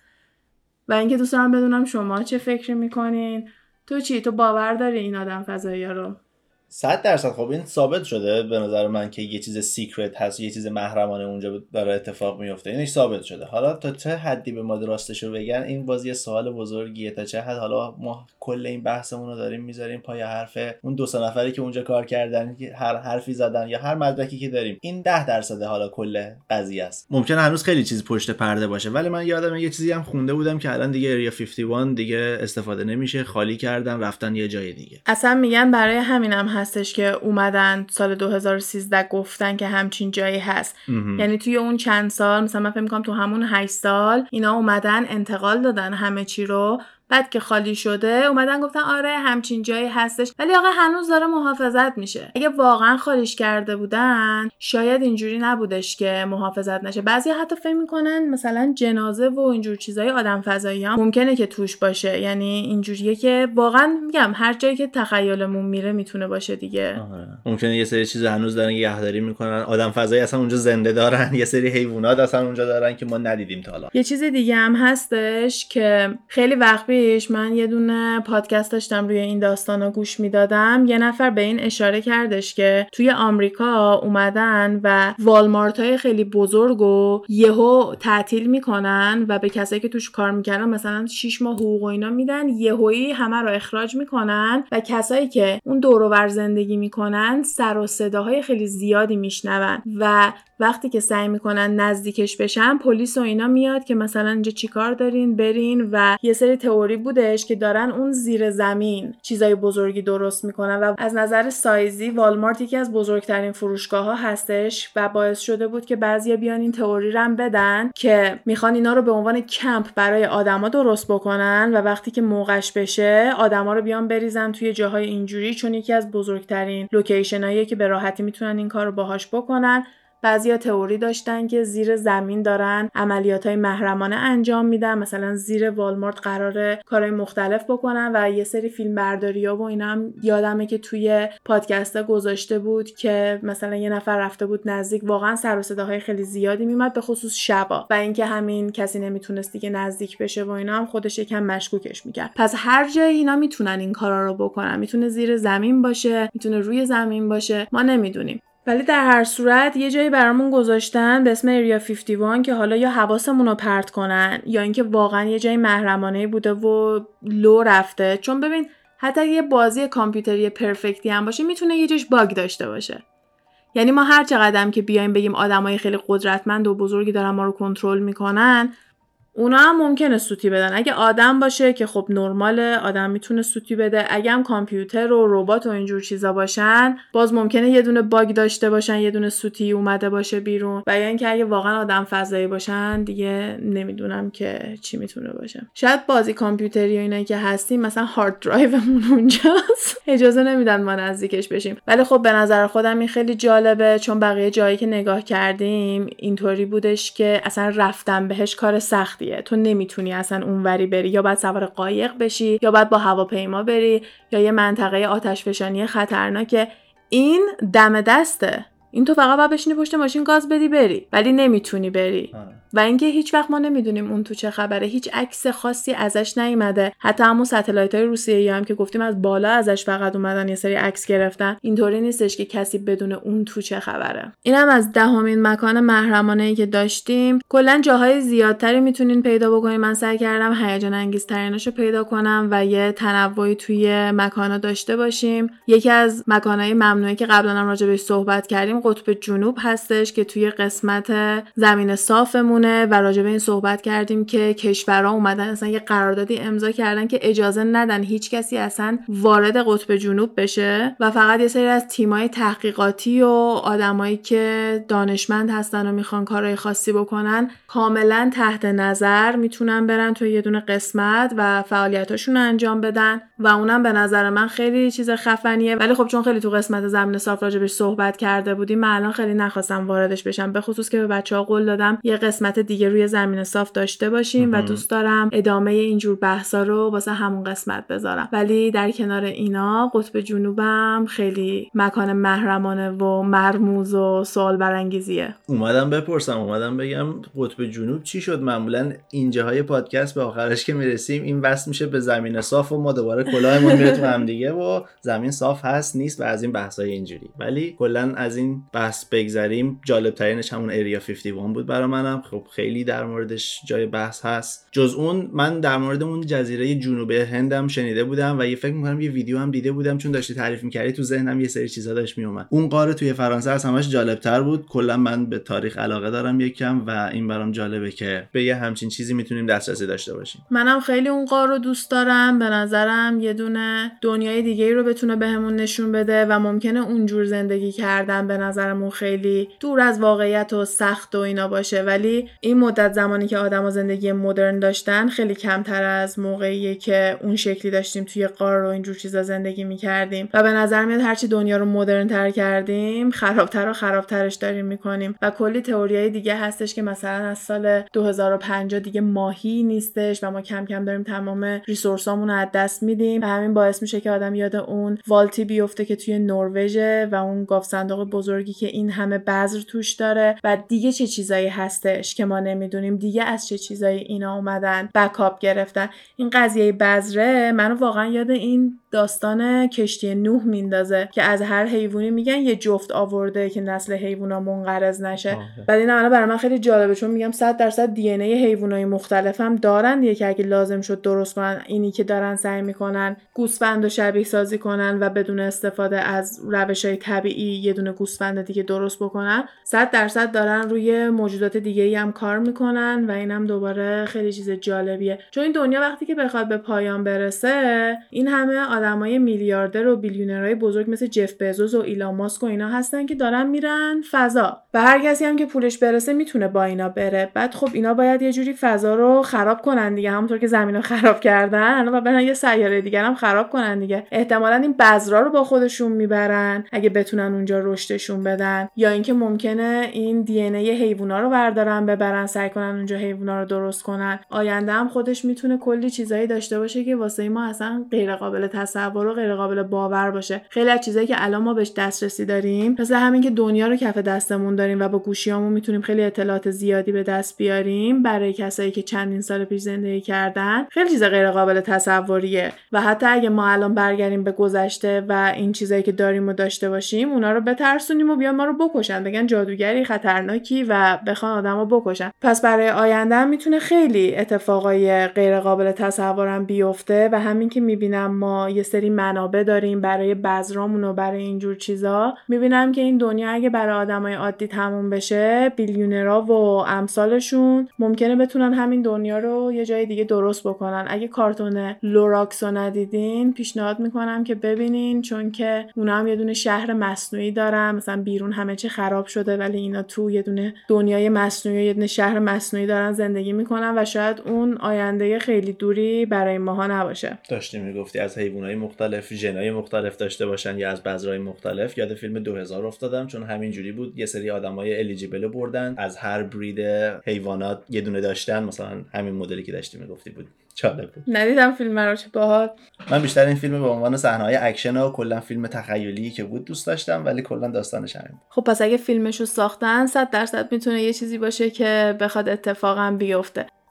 و اینکه دوست دارم بدونم شما چه فکری میکنین. تو باور داری این آدم فضایی‌ها رو؟ 100%. خب این ثابت شده به نظر من که یه چیز سیکرت هست، یه چیز محرمانه اونجا داره اتفاق میفته. اینش ثابت شده. حالا تا چه حدی به ما راستشو بگن این بازی سوال بزرگیه. تا چه حد حالا ما کل این بحثمون رو داریم میذاریم پای حرف اون 2 نفری که اونجا کار کردن، هر حرفی زدن یا هر مدرکی که داریم. این 10% حالا کل قضیه است. ممکنه هنوز خیلی چیز پشت پرده باشه، ولی من یادم یه چیزی هم خونده بودم که الان دیگه ایریا 51 دیگه استفاده نمیشه، خالی کردن، رفتن یه جای دیگه. اصلا میگن برای همینم هستش که اومدن سال 2013 گفتن که همچین جایی هست. یعنی توی اون چند سال، مثلا من فکر می‌کنم تو همون 8 سال اینا اومدن انتقال دادن همه چی رو، بعد که خالی شده اومدن گفتن آره همچین جایی هستش، ولی آقا هنوز داره محافظت میشه. اگه واقعا خالیش کرده بودن شاید اینجوری نبودش که محافظت نشه. بعضیا حتی فکر میکنن مثلا جنازه و اینجور چیزای آدم فضایی هم ممکنه که توش باشه. یعنی اینجوریه که واقعا میگم هر جایی که تخیلمون میره میتونه باشه دیگه. ممکنه یه سری چیز هنوز دارن نگهداری میکنن، آدم فضایی اصلا اونجا زنده دارن، یه سری حیوانات اصلا اونجا دارن که ما ندیدیم تا حالا. یه چیز دیگه هم هستش که خیلی وقت من یه دونه پادکست داشتم روی این داستانا گوش میدادم، یه نفر به این اشاره کردش که توی آمریکا اومدن و والمارت‌های خیلی بزرگو یهو تعطیل میکنن و به کسایی که توش کار میکردن مثلا 6 ماه حقوق و اینا میدن، یهویی همه رو اخراج میکنن و کسایی که اون دور و بر زندگی میکنن سر و صداهای خیلی زیادی میشنون و وقتی که سعی میکنن نزدیکش بشن پلیس و اینا میاد که مثلا اینجا چیکار دارین برین. و یه سری تئوری بودش که دارن اون زیر زمین چیزای بزرگی درست میکنن و از نظر سایزی والمارت یکی از بزرگترین فروشگاه ها هستش و باعث شده بود که بعضیا بیان این تئوری رو بدن که میخوان اینا رو به عنوان کمپ برای آدما درست بکنن و وقتی که موقعش بشه آدما رو بیان بریزن توی جاهای اینجوری، چون یکی از بزرگترین لوکیشناییه که به راحتی میتونن این کارو باهاش بکنن. بعضیا تئوری داشتن که زیر زمین دارن عملیاتای محرمانه انجام میدن، مثلا زیر والمارت قراره کارهای مختلف بکنن و یه سری فیلم برداری‌ها و اینا هم یادمه که توی پادکست گذاشته بود که مثلا یه نفر رفته بود نزدیک، واقعا سر و صداهای خیلی زیادی میومد به خصوص شبا و اینکه همین کسی نمیتونست دیگه نزدیک بشه و اینا هم خودش یکم مشکوکش میکرد. پس هر جایی اینا میتونن این کارا رو بکنن، میتونه زیر زمین باشه، میتونه روی زمین باشه، ما نمیدونیم. ولی در هر صورت یه جایی برامون گذاشتن به اسم ایریا 51 که حالا یا حواسمون رو پرت کنن یا اینکه واقعا یه جای محرمانه‌ای بوده و لو رفته. چون ببین حتی یه بازی کامپیوتری پرفکتی هم باشه میتونه یه جاش باگ داشته باشه. یعنی ما هر چقدر که بیایم بگیم آدمای خیلی قدرتمند و بزرگی دارن ما رو کنترل میکنن، اونا هم ممکنه سوتی بدن. اگه آدم باشه که خب نرماله، آدم میتونه سوتی بده. اگه هم کامپیوتر و ربات و اینجور چیزا باشن باز ممکنه یه دونه باگ داشته باشن، یه دونه سوتی اومده باشه بیرون. و یا اینکه اگه واقعا آدم فضایی باشن دیگه نمیدونم که چی میتونه باشه. شاید بازی کامپیوتری و اینا که هستیم مثلا هارد درایومون اونجاست اجازه نمیدن ما نزدیکش بشیم. ولی خب به نظر خودم این خیلی جالبه، چون بقیه جایی که نگاه کردیم اینطوری بودش که اصلا رفتن بهش کار سخت. تو نمیتونی اصلا اونوری بری، یا باید سوار قایق بشی یا باید با هواپیما بری یا یه منطقه آتشفشانی خطرناکه. این دم دسته، این تو فقط باید بشینی پشت ماشین گاز بدی بری، ولی نمیتونی بری. و اینکه هیچ وقت ما نمیدونیم اون تو چه خبره، هیچ عکس خاصی ازش نیومده. حتی همون ستلایت‌های روسیه‌ای هم که گفتیم از بالا ازش فقط اومدن یه سری عکس گرفتن، اینطوری نیستش که کسی بدونه اون تو چه خبره. اینم از 10مین مکان محرمانه‌ای که داشتیم. کلا جاهای زیادتری میتونین پیدا بکنین. من سعی کردم هیجان انگیزتریناشو پیدا کنم و یه تنوعی توی مکانا داشته باشیم. یکی از مکان‌های ممنوعی که قبلا هم راجع بهش صحبت کردیم بریم قطب جنوب هستش که توی قسمت زمین صافمونه و راجع به این صحبت کردیم که کشورها اومدن اصلا یه قراردادی امضا کردن که اجازه ندن هیچ کسی اصلا وارد قطب جنوب بشه و فقط یه سری از تیمای تحقیقاتی و آدمایی که دانشمند هستن و میخوان کارهای خاصی بکنن کاملا تحت نظر میتونن برن توی یه دونه قسمت و فعالیتاشون رو انجام بدن و اونم به نظر من خیلی چیز خفنیه. ولی خب چون خیلی تو قسمت زمین صاف راجبش صحبت کرده بودیم من الان خیلی نخواستم واردش بشم، به خصوص که به بچه‌ها قول دادم یه قسمت دیگه روی زمین صاف داشته باشیم و دوست دارم ادامه اینجور بحثا رو واسه همون قسمت بذارم. ولی در کنار اینا قطب جنوبم خیلی مکان محرمانه و مرموز و سوال برانگیزیه. اومدم بگم قطب جنوب چی شد؟ معمولا اینجاهای پادکست به آخرش که میرسیم این وصل میشه به زمین صاف و ما دوباره کلاهمون میره تو هم دیگه و زمین صاف هست نیست و از این بحثای اینجوری. ولی کلا از این بحث بگذریم، جالب ترینش همون اریا 51 بود برای منم. خب خیلی در موردش جای بحث هست. جز اون من در مورد اون جزیره جنوب هندم شنیده بودم و فکر می‌کنم یه ویدیو هم دیده بودم، چون داشتی تعریف می‌کردی تو ذهنم یه سری چیزا داشت میومد. اون قاره توی فرانسه از همش جالب‌تر بود. کلا من به تاریخ علاقه دارم یکم و این برام جالبه که به یه همچین چیزی میتونیم دسترسی داشته باشیم. منم خیلی اون قاره رو دوست دارم. به نظرم یه دونه دنیای دیگه‌ای رو بتونه بهمون نشون بده و ممکنه اونجور زندگی کردن به نظرمون خیلی دور از واقعیت و سخت و اینا باشه، ولی این مدت زمانی که آدما زندگی مدرن داشتن خیلی کمتر از موقعیه که اون شکلی داشتیم توی قاره و اینجور چیزا زندگی می‌کردیم و به نظر میاد هرچی دنیا رو مدرن تر کردیم خرابتر و خرابترش داریم می‌کنیم و کلی تئوریای دیگه هستش که مثلا از سال 2050 دیگه ماهی نیستش و ما کم کم داریم تمام ریسورسامون رو از دست میدیم و همین باعث میشه که آدم یاد اون والتی بیفته که توی نروژ و اون گاف صندوق بزرگی که این همه بذر توش داره و دیگه چه چیزایی هستش که ما نمیدونیم، دیگه از چه چیزایی اینا اومدن بکاپ گرفتن. این قضیه بذره منو واقعا یاد این داستان کشتی نوح میندازه که از هر حیوانی میگن یه جفت آورده که نسل حیونا منقرض نشه. ولی نه برای من خیلی جالبه چون میگم 100% دی ان ای حیوانای مختلف هم دارن دیگه که اگه لازم شد درست کنن. اینی که دارن سعی میکنن گوسفند رو شبیه سازی کنن و بدون استفاده از روش‌های طبیعی یه دونه گوسفند دیگه درست بکنن، 100% دارن روی موجودات دیگه‌ای هم کار میکنن و اینم دوباره خیلی چیز جالبیه. چون این دنیا وقتی که بخواد به پایان برسه این همه آدمای میلیاردر و بیلیونرهای بزرگ مثل جف بزوس و ایلان ماسک و اینا هستن که دارن میرن فضا و هر کسی هم که پولش برسه میتونه با اینا بره. بعد خب اینا باید یه جوری فضا رو خراب کنن دیگه، همونطور که زمین رو خراب کردن الان باید برن یه سیاره دیگه هم خراب کنن دیگه. احتمالاً این بذرا رو با خودشون میبرن اگه بتونن اونجا رشدشون بدن، یا اینکه ممکنه این دی ان ای حیونا رو بردارن ببرن سعی کنن اونجا حیونا رو درست کنن. آینده هم خودش میتونه کلی چیزایی داشته باشه که واسه ما اصلا غیر قابل تصور و غیر قابل باور باشه. خیلی از چیزایی که الان ما بهش دسترسی داریم، مثل همین که دنیا رو کف دستمون داریم و با گوشیامون میتونیم خیلی اطلاعات زیادی به دست بیاریم، برای کسایی که چندین سال پیش زندگی کردن خیلی چیز غیر قابل تصوریه. و حتی اگه ما الان برگردیم به گذشته و این چیزایی که داریم و داشته باشیم اونا رو بترسونیم و بیان ما رو بکشن، بگن جادوگری خطرناکی و بخوان آدمو بکشن، پس برای آینده هم میتونه خیلی اتفاقای غیر قابل تصورم بیفته. و همین که میبینم ما یه سری منابع داریم برای بذرامون و برای اینجور چیزا، میبینم که این دنیا اگه برای آدمای عادی تموم بشه، بیلیونرها و امثالشون ممکنه بتونن همین دنیا رو یه جای دیگه درست بکنن. اگه کارتون لوراکس رو ندیدین پیشنهاد میکنم که ببینین، چون که اونا هم یه دونه شهر مصنوعی دارن، مثلا بیرون همه چی خراب شده ولی اینا تو یه دونه دنیای مصنوعی، یه دونه شهر مصنوعی دارن زندگی میکنن و شاید اون آینده خیلی دوری برای ماها نباشه. داشتی میگفتی از حیوانات مختلف ژنای مختلف داشته باشن یا از بذرهای مختلف، یاد فیلم 2000 افتادم چون همین جوری بود. یه سری آدمای الیجیبل بردن از هر برید حیوانات یه دونه داشتن، مثلا همین مدلی که داشتی میگفتی بود. جالب بود. ندیدم فیلم رو، چه باحال. من بیشتر این فیلم به عنوان صحنه‌های اکشن و کلا فیلم تخیلی که بود دوست داشتم، ولی کلا داستانش همین. خب پس اگه فیلمشو ساختن 100% میتونه یه چیزی باشه که بخواد اتفاقا بیفته.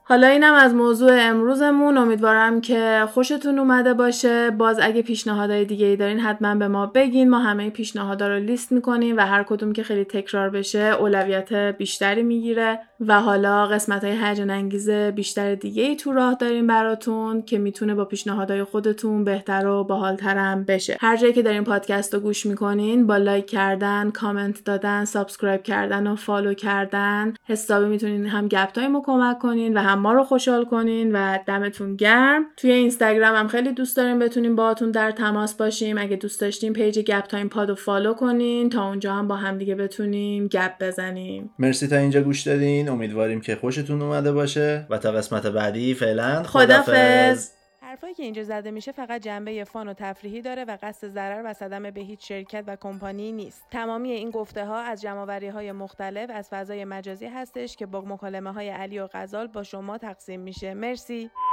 حالا اینم از موضوع امروزمون. امیدوارم که خوشتون اومده باشه. باز اگه پیشنهادهای دیگه ای دارین حتما به ما بگین. ما همه پیشنهادها رو لیست میکنیم و هر کدوم که خیلی تکرار بشه اولویت بیشتری میگیره و حالا قسمت‌های هیجان انگیز بیشتر دیگه ای تو راه داریم براتون که میتونه با پیشنهادهای خودتون بهتر و باحال‌تر هم بشه. هر جایی که دارین پادکست رو گوش میکنین با لایک کردن، کامنت دادن، سابسکرایب کردن و فالو کردن حسابی میتونین هم گپ تایم کمک کنین و هم ما رو خوشحال کنین و دمتون گرم. توی اینستاگرام هم خیلی دوست داریم بتونیم باهاتون در تماس باشیم. اگه دوست داشتین پیج گپ تایم پادو فالو کنین تا اونجا هم با هم دیگه بتونیم گپ بزنیم. مرسی تا اینجا گوش دادین. امیدواریم که خوشتون اومده باشه و تا قسمت بعدی فعلا خدافظ. حرفایی که اینجا زده میشه فقط جنبه فان و تفریحی داره و قصد ضرر و صدمه به هیچ شرکت و کمپانی نیست. تمامی این گفته ها از جمع‌آوری‌های مختلف از فضای مجازی هستش که با مکالمه‌های علی و غزال با شما تقسیم میشه. مرسی.